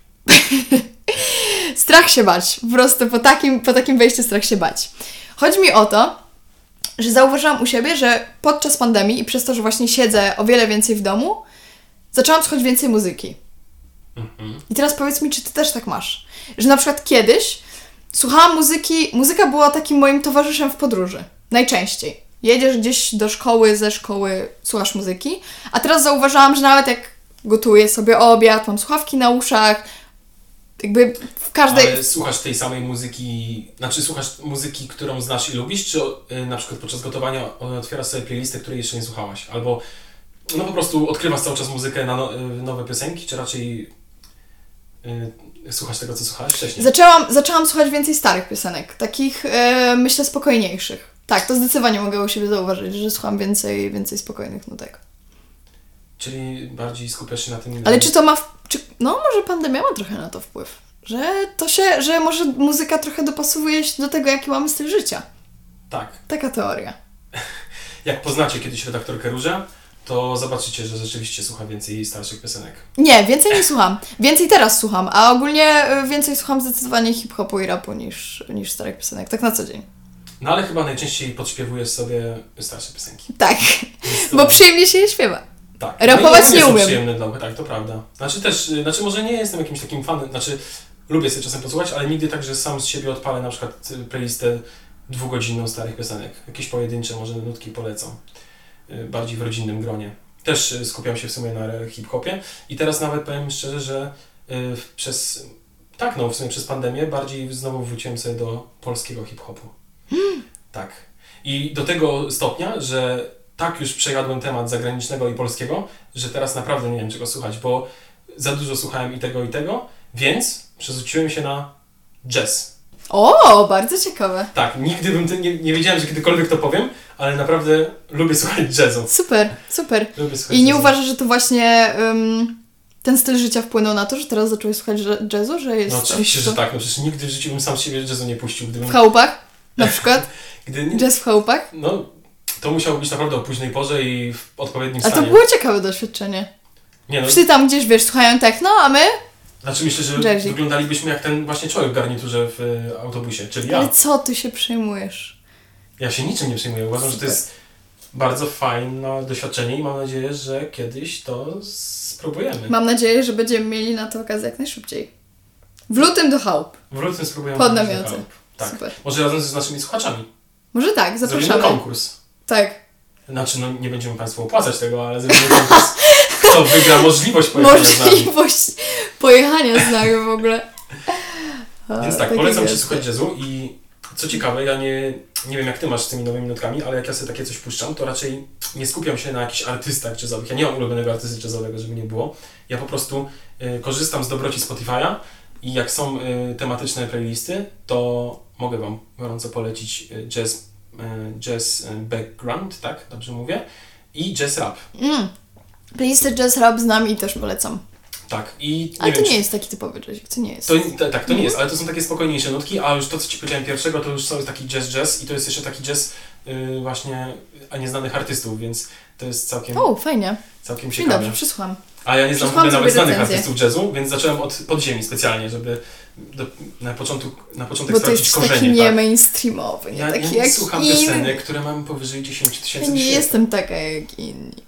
Strach się bać. Po prostu po takim, po takim wejściu strach się bać. Chodzi mi o to, że zauważyłam u siebie, że podczas pandemii i przez to, że właśnie siedzę o wiele więcej w domu, zaczęłam słuchać więcej muzyki. Mhm. I teraz powiedz mi, czy ty też tak masz? Że na przykład kiedyś słuchałam muzyki, muzyka była takim moim towarzyszem w podróży. Najczęściej. Jedziesz gdzieś do szkoły, ze szkoły, słuchasz muzyki, a teraz zauważyłam, że nawet jak gotuję sobie obiad, mam słuchawki na uszach, jakby w każdej... Ale słuchasz tej samej muzyki, znaczy słuchasz muzyki, którą znasz i lubisz, czy y, na przykład podczas gotowania otwierasz sobie playlistę, której jeszcze nie słuchałaś? Albo no po prostu odkrywasz cały czas muzykę na no, y, nowe piosenki, czy raczej y, słuchasz tego, co słuchałeś wcześniej? Zaczęłam, zaczęłam słuchać więcej starych piosenek, takich e, myślę spokojniejszych. Tak, to zdecydowanie mogę u siebie zauważyć, że słucham więcej, więcej spokojnych nutek. Czyli bardziej skupiasz się na tym... Ale czy to ma... W, czy, no może pandemia ma trochę na to wpływ. Że to się, że może muzyka trochę dopasowuje się do tego, jaki mamy styl życia. Tak. Taka teoria. Jak poznacie kiedyś redaktorkę Różę, to zobaczycie, że rzeczywiście słucha więcej starszych piosenek. Nie, więcej nie słucham. Więcej teraz słucham, a ogólnie y, więcej słucham zdecydowanie hip-hopu i rapu niż, niż starych piosenek. Tak na co dzień. No ale chyba najczęściej podśpiewujesz sobie starsze piosenki. Tak, Więc to- bo przyjemnie się je śpiewa. Tak. Rapować No i nie są umiem. przyjemne dla mnie, tak, to prawda. Znaczy też, y, znaczy może nie jestem jakimś takim fanem, znaczy lubię sobie czasem posłuchać, ale nigdy tak, że sam z siebie odpalę na przykład y, playlistę dwugodzinną starych piosenek. Jakieś pojedyncze może nutki polecą. Y, Bardziej w rodzinnym gronie. Też y, skupiam się w sumie na re- hip-hopie i teraz nawet powiem szczerze, że y, przez, tak no w sumie przez pandemię bardziej znowu wróciłem sobie do polskiego hip-hopu. Tak. I do tego stopnia, że tak już przejadłem temat zagranicznego i polskiego, że teraz naprawdę nie wiem czego słuchać, bo za dużo słuchałem i tego i tego, więc przerzuciłem się na jazz. O, bardzo ciekawe. Tak, nigdy bym, te, nie, nie wiedziałem, że kiedykolwiek to powiem, ale naprawdę lubię słuchać jazzu. Super, super. Lubię słuchać I nie jazzu. uważasz, że to właśnie ym, ten styl życia wpłynął na to, że teraz zacząłeś słuchać dż- jazzu, że jest... No oczywiście, to- że tak, no przecież nigdy w życiu bym sam z siebie jazzu nie puścił, gdybym... W chałupach? Na przykład? Gdy, nie, Jazz w chałupach? no, to musiało być naprawdę o późnej porze i w odpowiednim A stanie. to było ciekawe doświadczenie. Nie no, Wszyscy tam gdzieś, wiesz, słuchają techno, a my? znaczy myślę, że Jazzy. wyglądalibyśmy jak ten właśnie człowiek w garniturze w y, autobusie, czyli Ale ja. co ty się przejmujesz? Ja się niczym nie przejmuję. Uważam, że to Super. jest bardzo fajne doświadczenie i mam nadzieję, że kiedyś to spróbujemy. Mam nadzieję, że będziemy mieli na to okazję jak najszybciej. W lutym do chałup. W lutym spróbujemy. Pod chodzić do namioty. chałup. Tak. Super. Może razem z naszymi słuchaczami. Może tak, Zrobimy zapraszamy. konkurs. Tak. Znaczy, no nie będziemy Państwu opłacać tego, ale zrobimy konkurs. Kto wygra możliwość pojechania z nami. Możliwość pojechania z nami w ogóle. A, Więc tak, takie polecam Ci gesty. słuchać jazzu i co ciekawe, ja nie, nie wiem jak Ty masz z tymi nowymi nutkami, ale jak ja sobie takie coś puszczam, to raczej nie skupiam się na jakichś artystach jazzowych. Ja nie mam ulubionego artysty jazzowego, żeby nie było. Ja po prostu y, korzystam z dobroci Spotify'a i jak są y, tematyczne playlisty, to mogę Wam gorąco polecić y, jazz, y, jazz y, background, tak? Dobrze mówię? I jazz rap. Mm. Playlistę Jazz Rap znam i też polecam. Tak. I nie Ale wiem, to czy- nie jest taki typowy jazzik, to nie jest. To, to, tak, to nie jest, ale to są takie spokojniejsze nutki, a już to, co Ci powiedziałem pierwszego, to już są taki jazz jazz i to jest jeszcze taki jazz yy, właśnie a nieznanych artystów, więc to jest całkiem, O, fajnie. całkiem Dzień ciekawe. dobrze, przysłam. A ja nie znam w Przesłałam ogóle nawet sobie znanych recenzję. artystów jazzu, więc zacząłem od podziemi specjalnie, żeby do, na, początku, na początek Bo to sprawdzić jest korzenie. taki nie tak. mainstreamowy, nie Ja, taki ja jak nie słucham inny. piosenek, które mam powyżej dziesięć tysięcy Ja nie wyświetleń. jestem taka jak inni.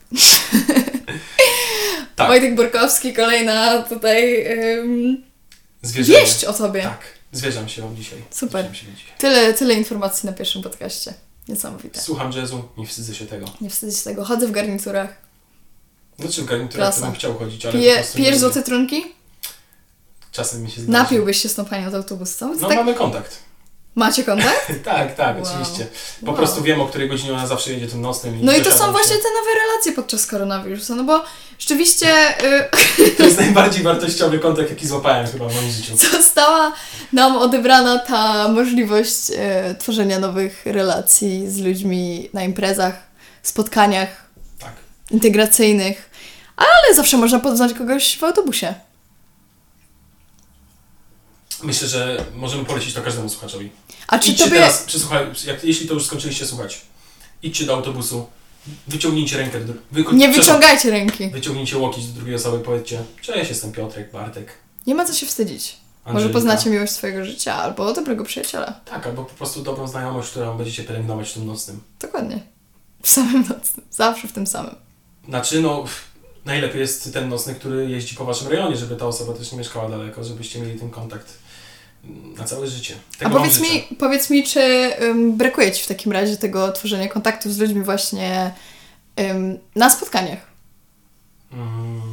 Tak. Wojtek Borkowski, kolejna tutaj um, Zwierzę. wieść o tobie. Tak, zwierzam się Wam dzisiaj. Super. Zwierzam się dzisiaj. Tyle, tyle informacji na pierwszym podcaście. Niesamowite. Słucham jazzu, nie wstydzę się tego. Nie wstydzę się tego. Chodzę w garniturach. Znaczy w garniturach Klasa. to bym chciał chodzić, ale po Pije, prostu nie pijesz lubię. złote trunki? Czasem mi się zdarzy. Napiłbyś się z tą panią z autobusu, co? No tak... mamy kontakt. Macie kontakt? tak, tak, Wow. oczywiście. Po Wow. prostu wiem, o której godzinie ona zawsze jedzie tym nocnym. No i to są dosiadam właśnie się. te nowe relacje podczas koronawirusa, no bo rzeczywiście y, To jest najbardziej wartościowy kontakt, jaki złapałem chyba w moim życiu. została nam odebrana ta możliwość y, tworzenia nowych relacji z ludźmi na imprezach, spotkaniach Tak. integracyjnych, ale zawsze można poznać kogoś w autobusie. Myślę, że możemy polecić to każdemu słuchaczowi. A czy Idźcie tobie... teraz, przesłuchaj, jak, jeśli to już skończyliście słuchać, idźcie do autobusu, wyciągnijcie rękę, do, wyko- Nie przepraszam, wyciągajcie ręki. wyciągnijcie łokieć do drugiej osoby i powiedzcie, cześć, jestem Piotrek, Bartek, Nie ma co się wstydzić. Może Angelika. poznacie miłość swojego życia albo dobrego przyjaciela. Tak, albo po prostu dobrą znajomość, którą będziecie pielęgnować w tym nocnym. Dokładnie. W samym nocnym. Zawsze w tym samym. Znaczy, no, najlepiej jest ten nocny, który jeździ po waszym rejonie, żeby ta osoba też nie mieszkała daleko, żebyście mieli ten kontakt na całe życie. Tego A wam powiedz życzę. mi, powiedz mi, czy ym, brakuje Ci w takim razie tego tworzenia kontaktów z ludźmi właśnie ym, na spotkaniach? Mm,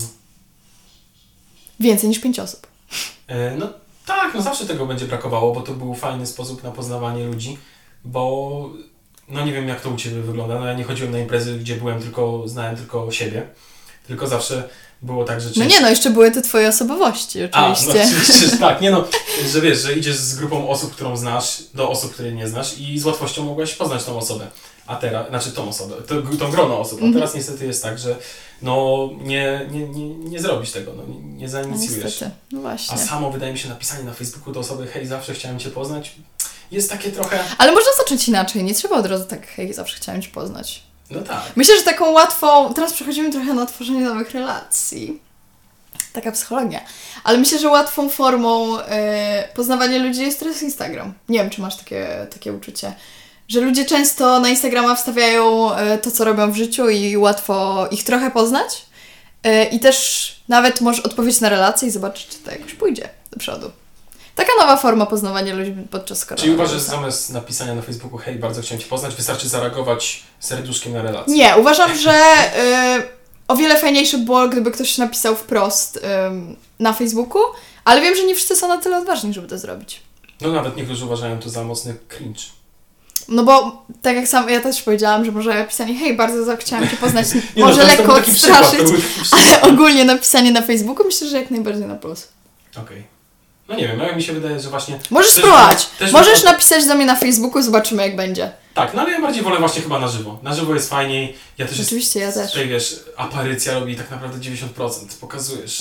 Więcej niż pięć osób. e, no tak, no zawsze tego będzie brakowało, bo to był fajny sposób na poznawanie ludzi, bo no nie wiem jak to u Ciebie wygląda, no ja nie chodziłem na imprezy, gdzie byłem tylko, znałem tylko siebie, tylko zawsze było tak, że... No nie no, jeszcze były te Twoje osobowości A, no oczywiście. oczywiście, że tak, nie no, że wiesz, że idziesz z grupą osób, którą znasz, do osób, której nie znasz i z łatwością mogłeś poznać tą osobę, a teraz, znaczy tą osobę, to, tą grono osób, a Mhm. teraz niestety jest tak, że no nie, nie, nie, nie zrobisz tego, no nie, nie No zainicjujesz. niestety, no właśnie. A samo wydaje mi się napisanie na Facebooku do osoby, hej, zawsze chciałem Cię poznać, jest takie trochę, Ale można zacząć inaczej, nie trzeba od razu tak, hej, zawsze chciałem Cię poznać. no tak, Myślę, że taką łatwą, teraz przechodzimy trochę na tworzenie nowych relacji. Taka psychologia. Ale myślę, że łatwą formą e, poznawania ludzi jest teraz Instagram. Nie wiem, czy masz takie, takie uczucie. Że ludzie często na Instagrama wstawiają e, to, co robią w życiu i łatwo ich trochę poznać. E, I też nawet możesz odpowiedzieć na relacje i zobaczyć, czy to jakoś pójdzie do przodu. Taka nowa forma poznawania ludzi podczas czyli koronawirusa. uważasz, że zamiast napisania na Facebooku, hej, bardzo chciałem Cię poznać, wystarczy zareagować serduszkiem na relację? Nie, uważam, że y, o wiele fajniejsze było, gdyby ktoś napisał wprost y, na Facebooku, ale wiem, że nie wszyscy są na tyle odważni, żeby to zrobić. No nawet niektórzy uważają to za mocny cringe. No bo, tak jak sam, ja też powiedziałam, że może pisanie, hej, bardzo za- chciałam Cię poznać, Nie, może no, to, lekko to był taki przykład, odstraszyć, to był taki przykład. ale ogólnie napisanie na Facebooku myślę, że jak najbardziej na plus. Okej. No nie wiem, no mi się wydaje, że właśnie... Możesz też spróbować, bym- też możesz bym- napisać do mnie na Facebooku, zobaczymy jak będzie. Tak, no ale ja bardziej wolę właśnie chyba na żywo. Na żywo jest fajniej. Ja też Oczywiście, ja jest, też. Tutaj wiesz, aparycja robi tak naprawdę dziewięćdziesiąt procent. Pokazujesz.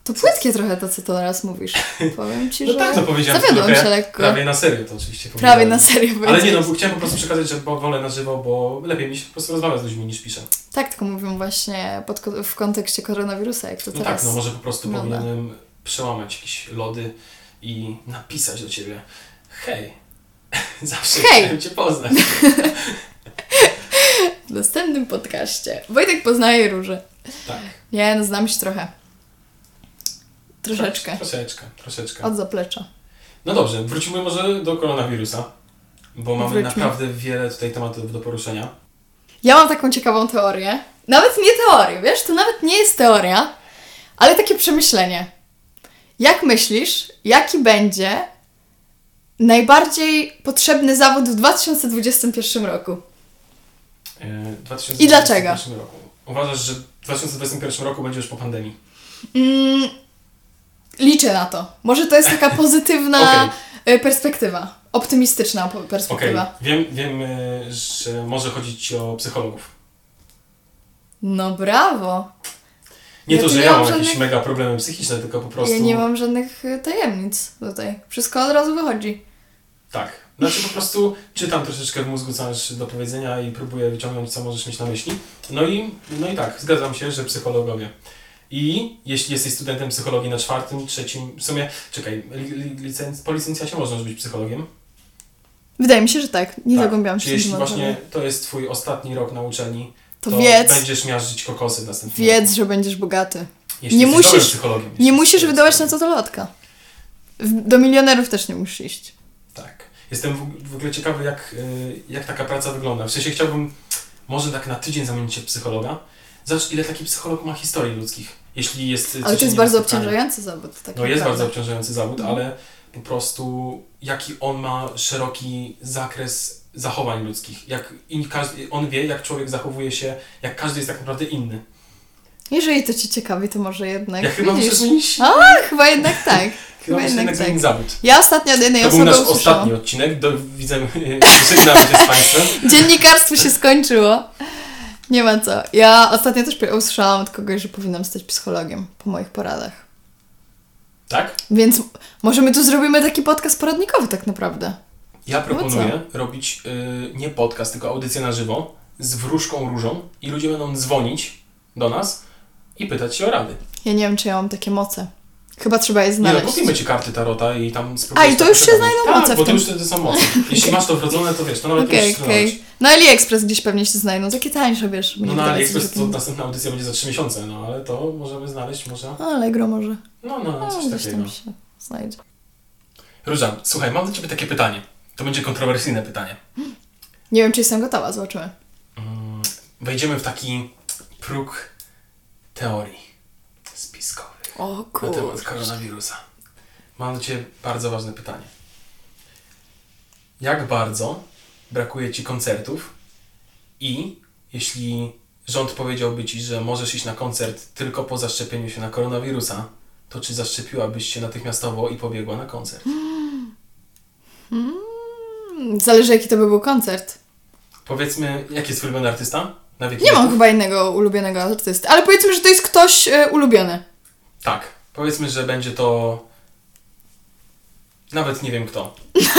To płytkie trochę to, co to teraz mówisz. Powiem ci, No że tak, to powiedziałem zawiodłam trochę się lekko. prawie na serio to oczywiście Prawie powiedziałem. na serio Ale nie, powiedziałeś. no bo chciałem po prostu przekazać, że bo wolę na żywo, bo lepiej mi się po prostu rozmawia z ludźmi niż pisze. Tak, tylko mówię właśnie pod, ko- w kontekście koronawirusa, jak to No teraz tak, no może po prostu wygląda. powinienem przełamać jakieś lody i napisać do ciebie: hej, zawsze Hej. chciałem cię poznać. W następnym podcaście. Wojtek poznaje róże. Tak. Nie, no znam się trochę. Troszeczkę. Troszeczkę, troszeczkę. Od zaplecza. No dobrze, wrócimy może do koronawirusa, bo mamy Wróćmy. naprawdę wiele tutaj tematów do poruszenia. Ja mam taką ciekawą teorię. Nawet nie teorię, wiesz? To nawet nie jest teoria, ale takie przemyślenie. Jak myślisz, jaki będzie najbardziej potrzebny zawód w dwa tysiące dwudziestym pierwszym roku? Yy, dwa tysiące I dlaczego? dwudziestym pierwszym roku. Uważasz, że w dwa tysiące dwudziestym pierwszym roku będzie już po pandemii? Mm, liczę na to. Może to jest taka pozytywna Okej. perspektywa. Optymistyczna po- Okej, perspektywa. wiem, wiem, yy, że może chodzić ci o psychologów. No brawo. Nie Ja to, tu że nie ja mam mam jakieś żadnych- mega problemy psychiczne, tylko po prostu... Ja nie mam żadnych y, tajemnic tutaj. Wszystko od razu wychodzi. Tak. Znaczy po prostu czytam troszeczkę w mózgu, co masz do powiedzenia i próbuję wyciągnąć, co możesz mieć na myśli. No i, no i tak, zgadzam się, że psychologowie. I jeśli jesteś studentem psychologii na czwartym, trzecim, w sumie, czekaj, li, li, licenc, po licencjacie można już być psychologiem? Wydaje mi się, że tak. Nie Tak. zagłębiałam się Czy w jeśli tym właśnie temacie. to jest twój ostatni rok na uczelni, To to wiedz, będziesz miażdżyć kokosy w następnym wiedz, roku. że będziesz bogaty. Jeśli nie jesteś musisz- dobrym psychologiem. jeśli Nie jesteś musisz dobrym wydawać na psychologiem. co to lotka. W- Do milionerów też nie musisz iść. Tak. Jestem w w ogóle ciekawy, jak, y, jak taka praca wygląda. W sensie chciałbym może tak na tydzień zamienić się w psychologa. Zobacz, ile taki psycholog ma historii ludzkich. Jeśli jest Ale to jest codziennie bardzo na spotkaniu. obciążający zawód. Tak No jest naprawdę. bardzo obciążający zawód, Mhm. ale po prostu jaki on ma szeroki zakres zachowań ludzkich. Jak i każdy, on wie, jak człowiek zachowuje się, jak każdy jest tak naprawdę inny. Jeżeli to Cię ciekawi, to może jednak Ja chyba muszę widzisz. zmienić, A, chyba jednak tak. chyba chyba muszę jednak jednak tak. zmienić zawód. Ja ostatnio od jednej To był osoby nasz usłyszałam. ostatni odcinek. Do, widzę, żegnamy się z Państwem. Dziennikarstwo się skończyło. Nie ma co. Ja ostatnio też usłyszałam od kogoś, że powinnam stać psychologiem po moich poradach. Tak? Więc może my tu zrobimy taki podcast poradnikowy tak naprawdę. Ja No proponuję robić y, nie podcast, tylko audycję na żywo z wróżką różą i ludzie będą dzwonić do nas i pytać się o rady. Ja nie wiem, czy ja mam takie moce. Chyba trzeba je Nie no, znaleźć. kupimy Ci karty tarota i tam A, spróbujesz i to tak już się przekonać. znajdą tak, moce w bo to tym. już wtedy są moce. Jeśli masz to wrodzone, to wiesz, to nawet Okej, musisz okej. trenować. Na AliExpress gdzieś pewnie się znajdą. Takie tańsze, wiesz. No nie na wydawać AliExpress sobie to pieniędzy. następna audycja będzie za trzy miesiące, no ale to możemy znaleźć może... A, Allegro może. No, no, No, coś gdzieś takiego. tam się znajdzie. Róża, słuchaj, mam do Ciebie takie pytanie. To będzie kontrowersyjne pytanie. Nie wiem, czy jestem gotowa, zobaczymy. Mm, Wejdziemy w taki próg teorii spiskowych. O Na kur... temat koronawirusa. Mam do Ciebie bardzo ważne pytanie. Jak bardzo brakuje Ci koncertów i jeśli rząd powiedziałby Ci, że możesz iść na koncert tylko po zaszczepieniu się na koronawirusa, to czy zaszczepiłabyś się natychmiastowo i pobiegła na koncert? Hmm, zależy, jaki to by był koncert. Powiedzmy, jaki jest ulubiony artysta? Na wieki Nie mam wieków? chyba innego ulubionego artysty, ale powiedzmy, że to jest ktoś e, ulubiony. Tak. Powiedzmy, że będzie to... Nawet nie wiem kto.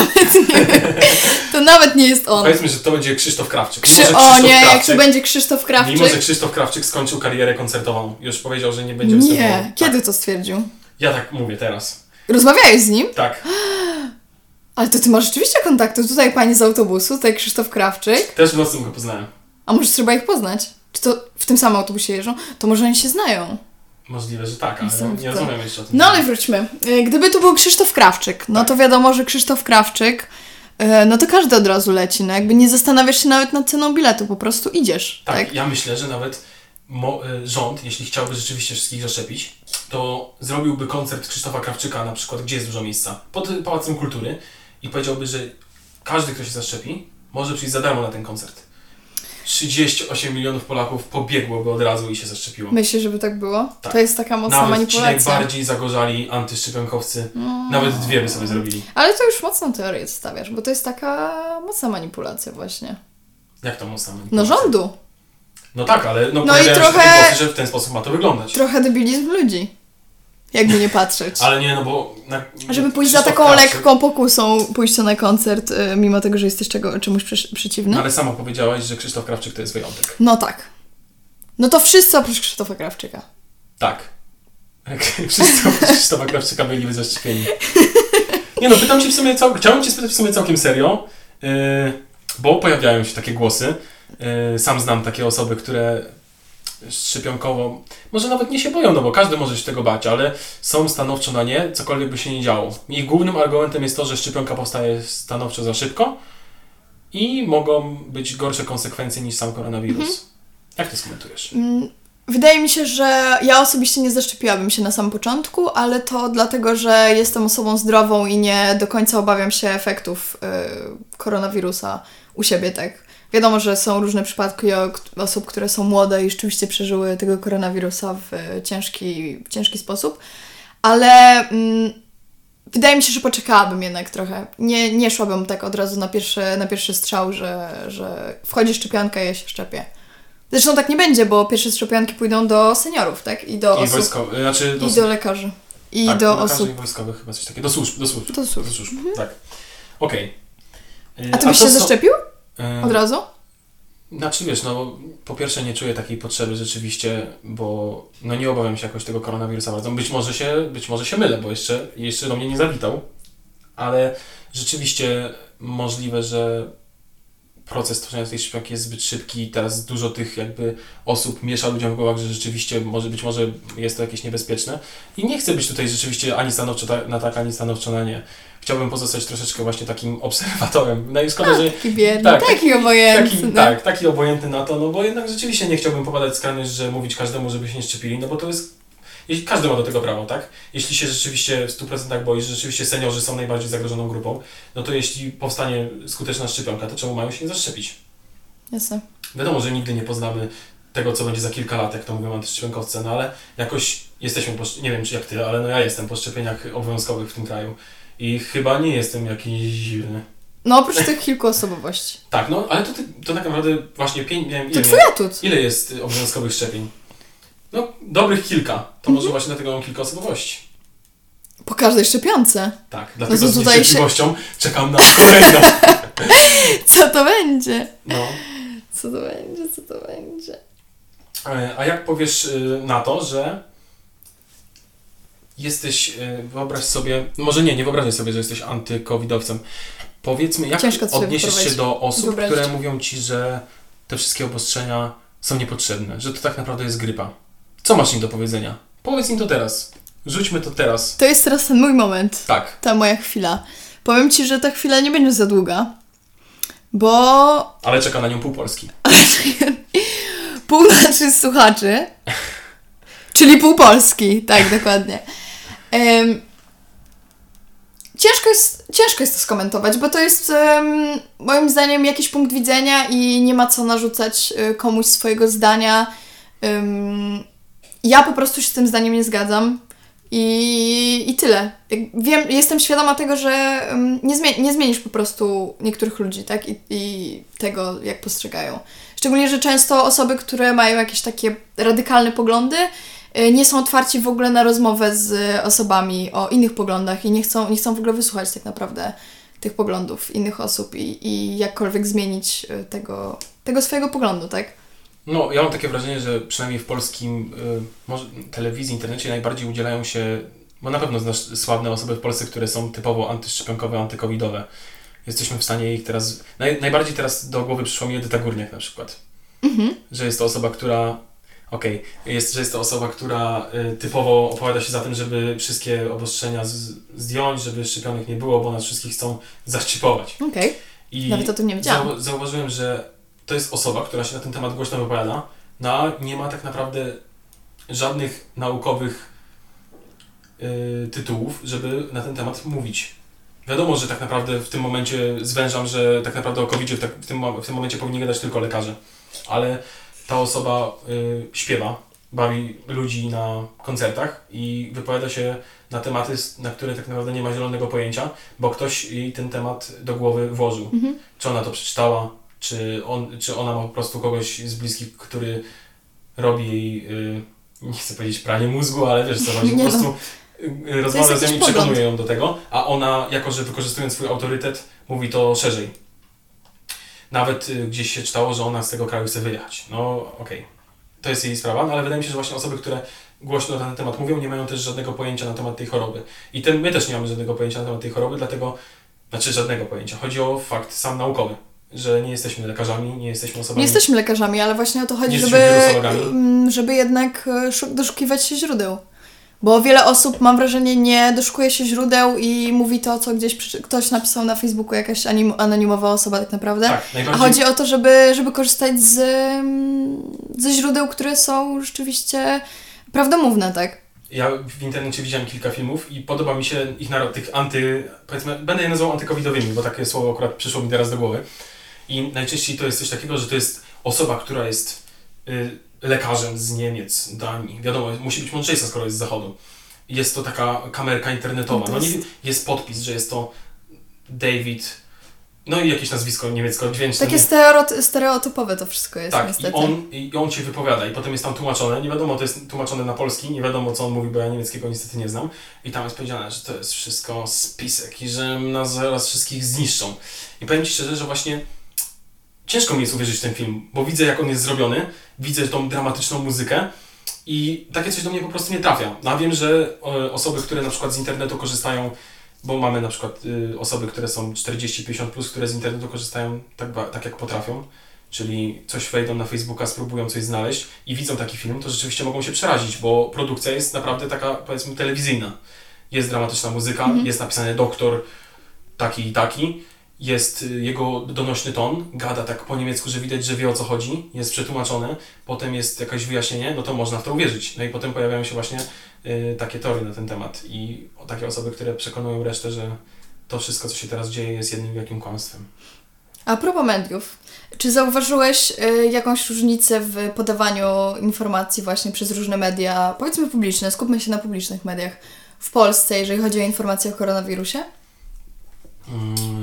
To nawet nie jest on. Powiedzmy, że to będzie Krzysztof Krawczyk. Krzy... Mimo, że O Krzysztof nie, jak Krawczyk, to będzie Krzysztof Krawczyk. Mimo, że Krzysztof Krawczyk skończył karierę koncertową. Już powiedział, że nie będzie występował. Nie, Tak. kiedy to stwierdził? Ja tak mówię teraz. Rozmawiałeś z nim? Tak. Ale to ty masz rzeczywiście kontakty. Tutaj pani z autobusu, tutaj Krzysztof Krawczyk. Też w nocnym go poznałem. A może trzeba ich poznać? Czy to w tym samym autobusie jeżdżą? To może oni się znają. Możliwe, że tak, ale Niesamowite. nie rozumiem jeszcze o tym. No ale wróćmy. E, Gdyby tu był Krzysztof Krawczyk, no Tak. to wiadomo, że Krzysztof Krawczyk, e, no to każdy od razu leci. No jakby nie zastanawiasz się nawet nad ceną biletu, po prostu idziesz. Tak, Tak? ja myślę, że nawet mo- y, rząd, jeśli chciałby rzeczywiście wszystkich zaszczepić, to zrobiłby koncert Krzysztofa Krawczyka na przykład, gdzie jest dużo miejsca, pod y, Pałacem Kultury i powiedziałby, że każdy, kto się zaszczepi, może przyjść za darmo na ten koncert. trzydzieści osiem milionów Polaków pobiegłoby od razu i się zaszczepiło. Myślisz, żeby tak było? Tak. To jest taka mocna Nawet ci manipulacja. najbardziej zagorzali antyszczepionkowcy, No. nawet dwie by sobie zrobili. Ale to już mocną teorię stawiasz, bo to jest taka mocna manipulacja właśnie. Jak to mocna No manipulacja? rządu. No tak, ale no, No i pojawiają się trochę- takie głosy, że w ten sposób ma to wyglądać. Trochę debilizm ludzi. Jakby nie patrzeć. Ale nie, no bo... Na, Żeby pójść za taką Krawczyk, lekką pokusą, pójście na koncert, y, mimo tego, że jesteś czego, czemuś przy, przeciwny. No ale sama powiedziałaś, że Krzysztof Krawczyk to jest wyjątek. No tak. No to wszyscy oprócz Krzysztofa Krawczyka. Tak. Wszyscy oprócz Krzysztofa Krawczyka byli zaszczepieni. Nie no, pytam cię w sumie, cał... chciałem cię spytać w sumie całkiem serio, yy, bo pojawiają się takie głosy. Yy, sam znam takie osoby, które szczepionkowo, może nawet nie się boją, no bo każdy może się tego bać, ale są stanowczo na nie, cokolwiek by się nie działo. Ich głównym argumentem jest to, że szczepionka powstaje stanowczo za szybko i mogą być gorsze konsekwencje niż sam koronawirus. Mhm. Jak to skomentujesz? Wydaje mi się, że ja osobiście nie zaszczepiłabym się na samym początku, ale to dlatego, że jestem osobą zdrową i nie do końca obawiam się efektów yy, koronawirusa u siebie, tak. Wiadomo, że są różne przypadki osób, które są młode i rzeczywiście przeżyły tego koronawirusa w ciężki, w ciężki sposób, ale mm, wydaje mi się, że poczekałabym jednak trochę. Nie, nie szłabym tak od razu na pierwszy, na pierwszy strzał, że, że wchodzi szczepionka i ja się szczepię. Zresztą tak nie będzie, bo pierwsze szczepionki pójdą do seniorów, tak? I do I osób. Wojsko, znaczy do, I do lekarzy. I tak, do lekarzy osób. I wojskowych chyba coś takiego. Do służb. Do służb. Do służb. Do służb. Mhm. Tak. Okej. Okay. A ty byś się so... zaszczepił? Od razu? Znaczy wiesz, no po pierwsze nie czuję takiej potrzeby rzeczywiście, bo no nie obawiam się jakoś tego koronawirusa bardzo. Być może się, być może się mylę, bo jeszcze, jeszcze do mnie nie zawitał, ale rzeczywiście możliwe, że proces tworzenia tej szczepionki jest zbyt szybki i teraz dużo tych jakby osób miesza ludziom w głowach, że rzeczywiście może być może jest to jakieś niebezpieczne i nie chcę być tutaj rzeczywiście ani stanowczo na tak, ani stanowczo na nie. Chciałbym pozostać troszeczkę właśnie takim obserwatorem. No i szkoda, A, że... Taki biedny, tak, taki obojętny. Taki, tak, taki obojętny na to, no bo jednak rzeczywiście nie chciałbym popadać w skrajność, że mówić każdemu, żeby się nie szczepili, no bo to jest... Każdy ma do tego prawo, tak? Jeśli się rzeczywiście w stu procentach boi, że rzeczywiście seniorzy są najbardziej zagrożoną grupą, no to jeśli powstanie skuteczna szczepionka, to czemu mają się nie zaszczepić? Jasne. Wiadomo, że nigdy nie poznamy tego, co będzie za kilka lat, jak to mówią antyszczepionkowcy, no ale jakoś jesteśmy, po, nie wiem czy jak ty, ale no ja jestem po szczepieniach obowiązkowych w tym kraju i chyba nie jestem jakiś dziwny. No oprócz tych kilku osobowości. Tak, no ale to, to tak naprawdę właśnie pięć, nie wiem, ile, to twój atut. Ile jest obowiązkowych szczepień? No, dobrych kilka. To mhm. może właśnie dlatego mam kilka osobowości. Po każdej szczepionce. Tak, dlatego no z niecierpliwością się... czekam na kolejną. Co to będzie? No. Co to będzie, co to będzie? A jak powiesz na to, że jesteś, wyobraź sobie, może nie, nie wyobrażaj sobie, że jesteś antykowidowcem. Powiedzmy, jak odniesiesz się do osób, wyobrazić. które mówią ci, że te wszystkie obostrzenia są niepotrzebne, że to tak naprawdę jest grypa. Co masz im do powiedzenia? Powiedz im to teraz. Rzućmy to teraz. To jest teraz ten mój moment. Tak. Ta moja chwila. Powiem ci, że ta chwila nie będzie za długa, bo... Ale czeka na nią pół Polski. Pół naszych słuchaczy, czyli pół Polski. Tak, dokładnie. Um, ciężko, jest, ciężko jest to skomentować, bo to jest um, moim zdaniem jakiś punkt widzenia i nie ma co narzucać um, komuś swojego zdania. Um, ja po prostu się z tym zdaniem nie zgadzam. I, i tyle. Wiem, jestem świadoma tego, że um, nie, zmie- nie zmienisz po prostu niektórych ludzi, tak? I, I tego, jak postrzegają. Szczególnie, że często osoby, które mają jakieś takie radykalne poglądy, y, nie są otwarci w ogóle na rozmowę z osobami o innych poglądach i nie chcą, nie chcą w ogóle wysłuchać tak naprawdę tych poglądów innych osób i, i jakkolwiek zmienić y, tego, tego swojego poglądu, tak? No, ja mam takie wrażenie, że przynajmniej w polskim y, może telewizji, internecie najbardziej udzielają się, bo na pewno znasz sławne osoby w Polsce, które są typowo antyszczepionkowe, antykowidowe. Jesteśmy w stanie ich teraz... Naj, najbardziej teraz do głowy przyszła mi Edyta Górniak na przykład. Mhm. Że jest to osoba, która... Okej, okay, jest, że jest to osoba, która y, typowo opowiada się za tym, żeby wszystkie obostrzenia z, zdjąć, żeby szczepionek nie było, bo nas wszystkich chcą zaszczepić. Okej, okay. Nawet o tym nie wiedziałam. Zau- zauważyłem, że to jest osoba, która się na ten temat głośno wypowiada, no a nie ma tak naprawdę żadnych naukowych y, tytułów, żeby na ten temat mówić. Wiadomo, że tak naprawdę w tym momencie zwężam, że tak naprawdę o kowidzie w, tak, w, tym, w tym momencie powinni gadać tylko lekarze, ale ta osoba y, śpiewa, bawi ludzi na koncertach i wypowiada się na tematy, na które tak naprawdę nie ma zielonego pojęcia, bo ktoś jej ten temat do głowy włożył. Mhm. Czy ona to przeczytała, czy, on, czy ona ma po prostu kogoś z bliskich, który robi jej, yy, nie chcę powiedzieć pranie mózgu, ale wiesz co chodzi, po prostu y, rozmawia z nią i przekonuje ją do tego, a ona, jako że wykorzystując swój autorytet, mówi to szerzej. Nawet y, gdzieś się czytało, że ona z tego kraju chce wyjechać. No okej, okay. To jest jej sprawa, no ale wydaje mi się, że właśnie osoby, które głośno na ten temat mówią, nie mają też żadnego pojęcia na temat tej choroby. I ten, my też nie mamy żadnego pojęcia na temat tej choroby, dlatego, znaczy żadnego pojęcia. Chodzi o fakt sam naukowy, że nie jesteśmy lekarzami, nie jesteśmy osobami... Nie jesteśmy lekarzami, ale właśnie o to chodzi, żeby, żeby jednak doszukiwać się źródeł. Bo wiele osób, mam wrażenie, nie doszukuje się źródeł i mówi to, co gdzieś ktoś napisał na Facebooku, jakaś anim, anonimowa osoba tak naprawdę. Tak, najbardziej... A chodzi o to, żeby, żeby korzystać z, ze źródeł, które są rzeczywiście prawdomówne, tak? Ja w internecie widziałem kilka filmów i podoba mi się ich narod, tych anty... powiedzmy, będę je nazywał antykowidowymi, bo takie słowo akurat przyszło mi teraz do głowy. I najczęściej to jest coś takiego, że to jest osoba, która jest y, lekarzem z Niemiec, Danii. Wiadomo, musi być mądrzejsza, skoro jest z zachodu. Jest to taka kamerka internetowa. No, jest... No nie, jest podpis, że jest to David... No i jakieś nazwisko niemiecko-dźwięczne. Takie stereoty- stereotypowe to wszystko jest, tak, niestety. Tak, i on, i on Ci wypowiada i potem jest tam tłumaczone. Nie wiadomo, to jest tłumaczone na polski, nie wiadomo, co on mówi, bo ja niemieckiego niestety nie znam. I tam jest powiedziane, że to jest wszystko spisek i że nas zaraz wszystkich zniszczą. I powiem Ci szczerze, że właśnie ciężko mi jest uwierzyć w ten film, bo widzę, jak on jest zrobiony, widzę tą dramatyczną muzykę i takie coś do mnie po prostu nie trafia. No a wiem, że e, osoby, które na przykład z internetu korzystają, bo mamy na przykład y, osoby, które są czterdzieści pięćdziesiąt plus, które z internetu korzystają tak, tak jak potrafią, czyli coś wejdą na Facebooka, spróbują coś znaleźć i widzą taki film, to rzeczywiście mogą się przerazić, bo produkcja jest naprawdę taka, powiedzmy, telewizyjna. Jest dramatyczna muzyka, mhm. jest napisany doktor taki i taki, jest y, jego donośny ton, gada tak po niemiecku, że widać, że wie, o co chodzi, jest przetłumaczone, potem jest jakieś wyjaśnienie, no to można w to uwierzyć. No i potem pojawiają się właśnie y, takie teorie na ten temat i o, takie osoby, które przekonują resztę, że to wszystko, co się teraz dzieje, jest jednym wielkim kłamstwem. A propos mediów, czy zauważyłeś y, jakąś różnicę w podawaniu informacji właśnie przez różne media, powiedzmy publiczne, skupmy się na publicznych mediach w Polsce, jeżeli chodzi o informacje o koronawirusie? Hmm.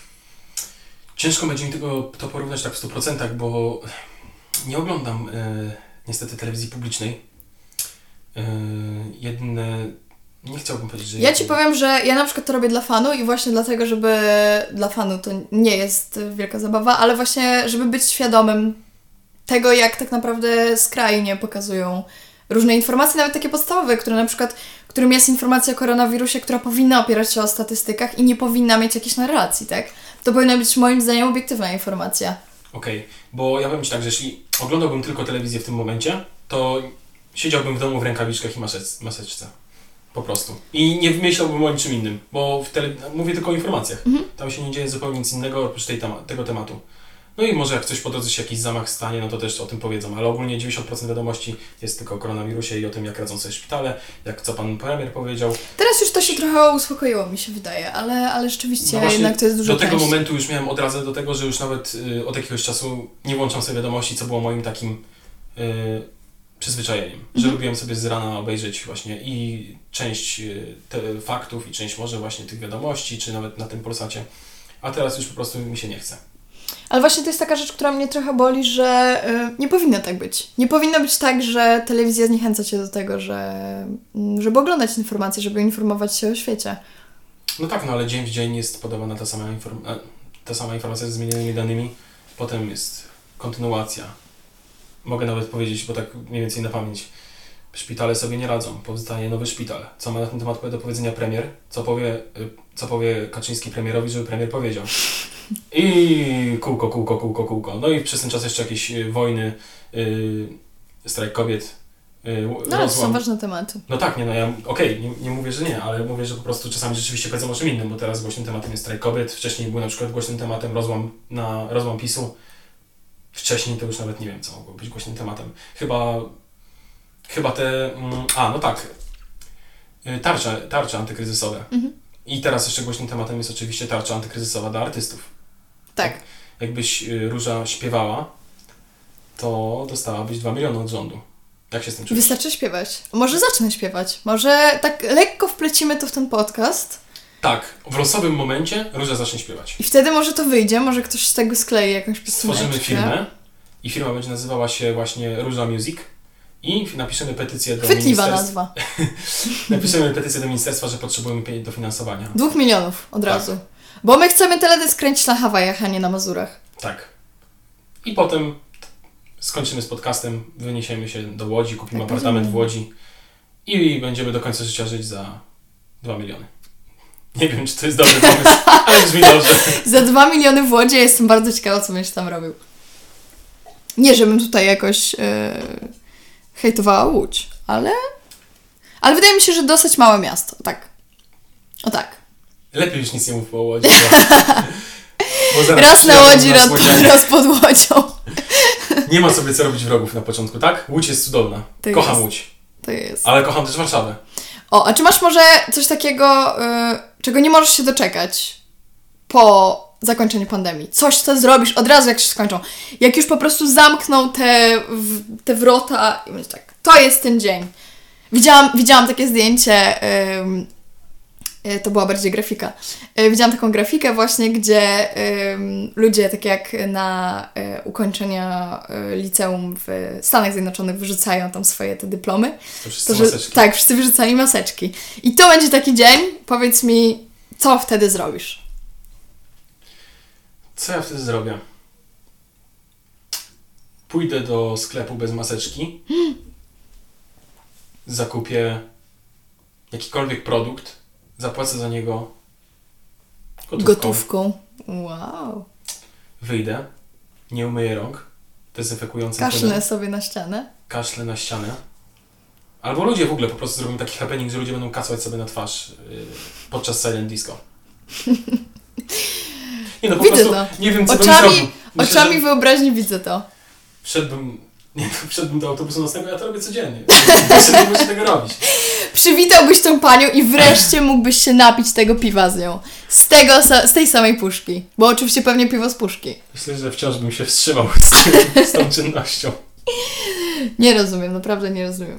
Ciężko będzie mi tego to porównać tak w stu procentach, bo nie oglądam y, niestety telewizji publicznej. Y, jedne... Nie chciałbym powiedzieć, że... Ja Ci powiem, że ja na przykład to robię dla fanu i właśnie dlatego, żeby... Dla fanu to nie jest wielka zabawa, ale właśnie, żeby być świadomym tego, jak tak naprawdę skrajnie pokazują różne informacje, nawet takie podstawowe, które na przykład, którym jest informacja o koronawirusie, która powinna opierać się o statystykach i nie powinna mieć jakiejś narracji, tak? To powinna być moim zdaniem obiektywna informacja. Okej, okay, bo ja powiem Ci tak, że jeśli oglądałbym tylko telewizję w tym momencie, to siedziałbym w domu w rękawiczkach i maseczce. Po prostu. I nie myślałbym o niczym innym, bo w tele... mówię tylko o informacjach. Mhm. Tam się nie dzieje zupełnie nic innego oprócz tej tema- tego tematu. No i może jak coś po drodze się jakiś zamach stanie, no to też o tym powiedzą, ale ogólnie dziewięćdziesiąt procent wiadomości jest tylko o koronawirusie i o tym, jak radzą sobie szpitale, jak co pan premier powiedział. Teraz już to się trochę uspokoiło, mi się wydaje, ale, ale rzeczywiście no jednak to jest dużo do tego części. momentu już miałem odradzę do tego, że już nawet y, od jakiegoś czasu nie włączam sobie wiadomości, co było moim takim y, przyzwyczajeniem, mhm. że lubiłem sobie z rana obejrzeć właśnie i część y, te faktów i część może właśnie tych wiadomości, czy nawet na tym Polsacie, a teraz już po prostu mi się nie chce. Ale właśnie to jest taka rzecz, która mnie trochę boli, że y, nie powinno tak być. Nie powinno być tak, że telewizja zniechęca Cię do tego, że, y, żeby oglądać informacje, żeby informować się o świecie. No tak, no ale dzień w dzień jest podawana ta sama, inform- ta sama informacja ze zmienionymi danymi, potem jest kontynuacja. Mogę nawet powiedzieć, bo tak mniej więcej na pamięć, szpitale sobie nie radzą, powstaje nowy szpital. Co ma na ten temat do powiedzenia premier? Co powie, co powie Kaczyński premierowi, żeby premier powiedział? I kółko, kółko, kółko, kółko. No i przez ten czas jeszcze jakieś wojny, yy, strajk kobiet. Yy, no ale to są ważne tematy. No tak, nie, no ja okej, okay, nie, nie mówię, że nie, ale mówię, że po prostu czasami rzeczywiście powiedzą o czym innym, bo teraz głośnym tematem jest strajk kobiet, wcześniej był na przykład głośnym tematem rozłam, na, rozłam PiSu. Wcześniej to już nawet nie wiem, co mogło być głośnym tematem. Chyba, chyba te, mm, a no tak, tarcze, tarcze antykryzysowe. Mhm. I teraz jeszcze głośnym tematem jest oczywiście tarcza antykryzysowa dla artystów. Tak. Jak, jakbyś Róża śpiewała, to dostałabyś dwa miliony od rządu. Jak się z tym czujesz? Wystarczy śpiewać. Może zacznę śpiewać. Może tak lekko wplecimy to w ten podcast. Tak, w losowym momencie Róża zacznie śpiewać. I wtedy może to wyjdzie, może ktoś z tego sklei jakąś piosenkę. Stworzymy firmę i firma będzie nazywała się właśnie Róża Music I napiszemy petycję do Chwytliwa ministerstwa. nazwa. Napiszemy petycję do ministerstwa, że potrzebujemy pieniędzy dofinansowania. Dwóch milionów od Tak. razu. Bo my chcemy teledysk kręcić na Hawajach, a nie na Mazurach. Tak. I potem skończymy z podcastem, wyniesiemy się do Łodzi, kupimy Tak, apartament będziemy. w Łodzi i będziemy do końca życia żyć za dwa miliony. Nie wiem, czy to jest dobry pomysł, ale brzmi dobrze. Za dwa miliony w Łodzi jestem bardzo ciekawa, co będziesz tam robił. Nie, żebym tutaj jakoś yy, hejtowała Łódź, ale... Ale wydaje mi się, że dosyć małe miasto. Tak. O tak. Lepiej już nic nie mów o Łodzi. Bo, bo zaraz Raz na przyjadą Łodzi, nas raz, Łodzianie. raz pod Łodzią. Nie ma sobie co robić wrogów na początku, tak? Łódź jest cudowna. To Kocham jest. Łódź. To jest. Ale kocham też Warszawę. O, a czy masz może coś takiego, yy, czego nie możesz się doczekać po zakończeniu pandemii? Coś, co zrobisz od razu, jak się skończą. Jak już po prostu zamkną te, w, te wrota i będzie tak, to jest ten dzień. Widziałam, widziałam takie zdjęcie, ym, y, to była bardziej grafika. Y, widziałam taką grafikę właśnie, gdzie ym, ludzie, tak jak na y, ukończenia y, liceum w Stanach Zjednoczonych, wyrzucają tam swoje te dyplomy. To wszyscy To, że, maseczki. tak, wszyscy wyrzucali maseczki. I to będzie taki dzień, powiedz mi, co wtedy zrobisz? Co ja wtedy zrobię? Pójdę do sklepu bez maseczki. Zakupię jakikolwiek produkt. Zapłacę za niego gotówką. Gotówką. Wow. Wyjdę. Nie umyję rąk. Dezynfekującym Kaszlę płynem. sobie na ścianę. Kaszlę na ścianę. Albo ludzie w ogóle po prostu zrobią taki happening, że ludzie będą kasować sobie na twarz yy, podczas silent disco. Nie no, po Widzę prostu to. nie wiem, co bym Oczami, zrobił. Myślę, oczami że wyobraźni widzę to. wszedłbym, nie, no, wszedłbym do autobusu nocnego, ja to robię codziennie. Nie muszę tego robić. Przywitałbyś tą panią i wreszcie mógłbyś się napić tego piwa z nią. Z, tego, sa- z tej samej puszki. Bo oczywiście pewnie piwo z puszki. Myślę, że wciąż bym się wstrzymał z, tym, z tą czynnością. Nie rozumiem, naprawdę nie rozumiem.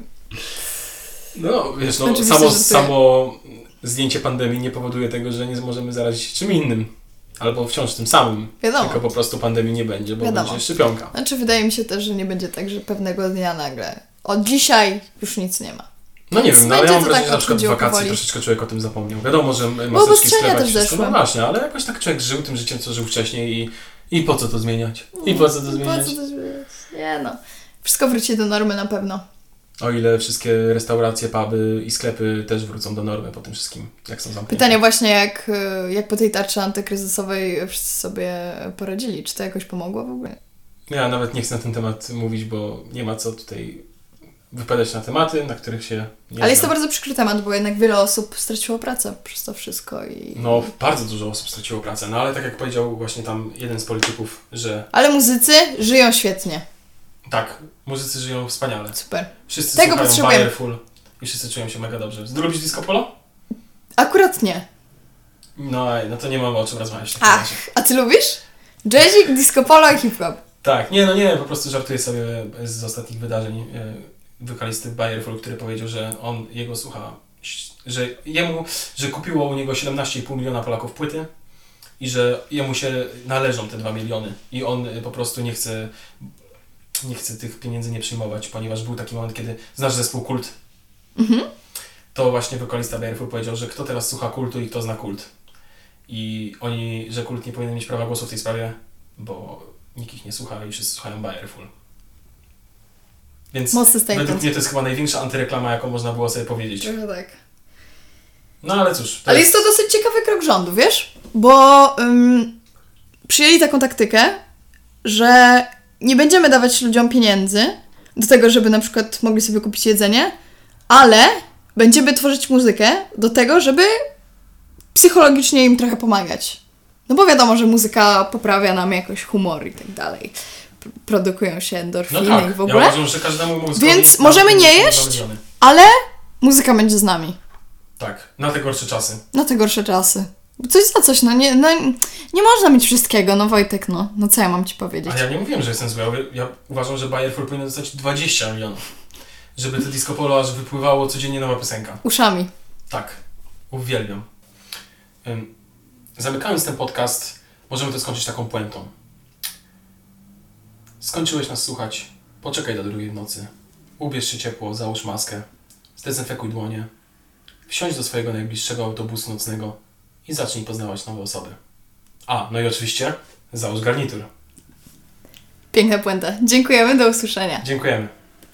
No, wiesz, no, Oczywiście, samo, że ty- samo zdjęcie pandemii nie powoduje tego, że nie możemy zarazić się czym innym. Albo wciąż tym samym. Wiadomo. Tylko po prostu pandemii nie będzie, bo Wiadomo. będzie szczepionka. Znaczy wydaje mi się też, że nie będzie tak, że pewnego dnia nagle od dzisiaj już nic nie ma. No nie Więc wiem, no, ale będzie ja mam to wrażenie, tak że na przykład w odchodziło wakacji powoli. troszeczkę człowiek o tym zapomniał. Wiadomo, że maseczki, obostrzenia sklepać, też wszystko, zeszły. no właśnie, ale jakoś tak człowiek żył tym życiem, co żył wcześniej i, i po co to zmieniać? I po co to zmieniać? Po co to zmieniać? Nie no. Wszystko wróci do normy na pewno. O ile wszystkie restauracje, puby i sklepy też wrócą do normy po tym wszystkim, jak są zamknięte. Pytanie właśnie, jak, y, jak po tej tarczy antykryzysowej wszyscy sobie poradzili. Czy to jakoś pomogło w ogóle? Ja nawet nie chcę na ten temat mówić, bo nie ma co tutaj wypowiadać na tematy, na których się nie Ale jest to znam. bardzo przykry temat, bo jednak wiele osób straciło pracę przez to wszystko. I... No, bardzo dużo osób straciło pracę, no ale tak jak powiedział właśnie tam jeden z polityków, że Ale muzycy żyją świetnie. tak, muzycy żyją wspaniale. Super. Wszyscy Tego słuchają potrzebujemy. Fireful i wszyscy czują się mega dobrze. Lubisz disco polo? Akurat nie. No, ej, no to nie mamy o czym rozmawiać. w takim Ach, razie. a ty lubisz? Jazzik, disco polo i hip-hop. Tak, nie, no nie, po prostu żartuję sobie z ostatnich wydarzeń e, wokalisty Fireful, który powiedział, że on, jego słucha, że jemu, że kupiło u niego siedemnaście i pół miliona Polaków płyty i że jemu się należą te dwa miliony i on e, po prostu nie chce nie chce tych pieniędzy nie przyjmować, ponieważ był taki moment, kiedy znasz zespół Kult. Mhm. To właśnie wokalista Fireful powiedział, że kto teraz słucha Kultu i kto zna Kult. I oni, że Kult nie powinien mieć prawa głosu w tej sprawie, bo nikt ich nie słucha i wszyscy słuchają Fireful. Więc Mocny według statement. mnie to jest chyba największa antyreklama, jaką można było sobie powiedzieć. Trochę tak. No ale cóż. To Ale jest to dosyć ciekawy krok rządu, wiesz? Bo ym, przyjęli taką taktykę, że nie będziemy dawać ludziom pieniędzy do tego, żeby na przykład mogli sobie kupić jedzenie, ale będziemy tworzyć muzykę do tego, żeby psychologicznie im trochę pomagać. No bo wiadomo, że muzyka poprawia nam jakoś humor i tak dalej. P- Produkują się No endorfiny tak, i w ogóle. ja uważam, że każdemu mózgowi... Więc możemy nie jeść? Zawędzony. Ale muzyka będzie z nami. Tak, na te gorsze czasy. Na te gorsze czasy. Coś za coś, no nie, no nie można mieć wszystkiego, no Wojtek, no. No co ja mam ci powiedzieć? Ale ja nie mówiłem, że jestem zły. Ja, ja uważam, że Fireful powinien dostać dwadzieścia milionów. Żeby to disco polo aż wypływało codziennie nowa piosenka. Uszami. Tak, uwielbiam. Ym, Zamykając ten podcast, możemy to skończyć taką puentą. Skończyłeś nas słuchać, poczekaj do drugiej w nocy. ubierz się ciepło, załóż maskę, zdezynfekuj dłonie, wsiądź do swojego najbliższego autobusu nocnego i zacznij poznawać nowe osoby. A, no i oczywiście załóż garnitur. Piękna puenta. Dziękujemy, do usłyszenia. Dziękujemy.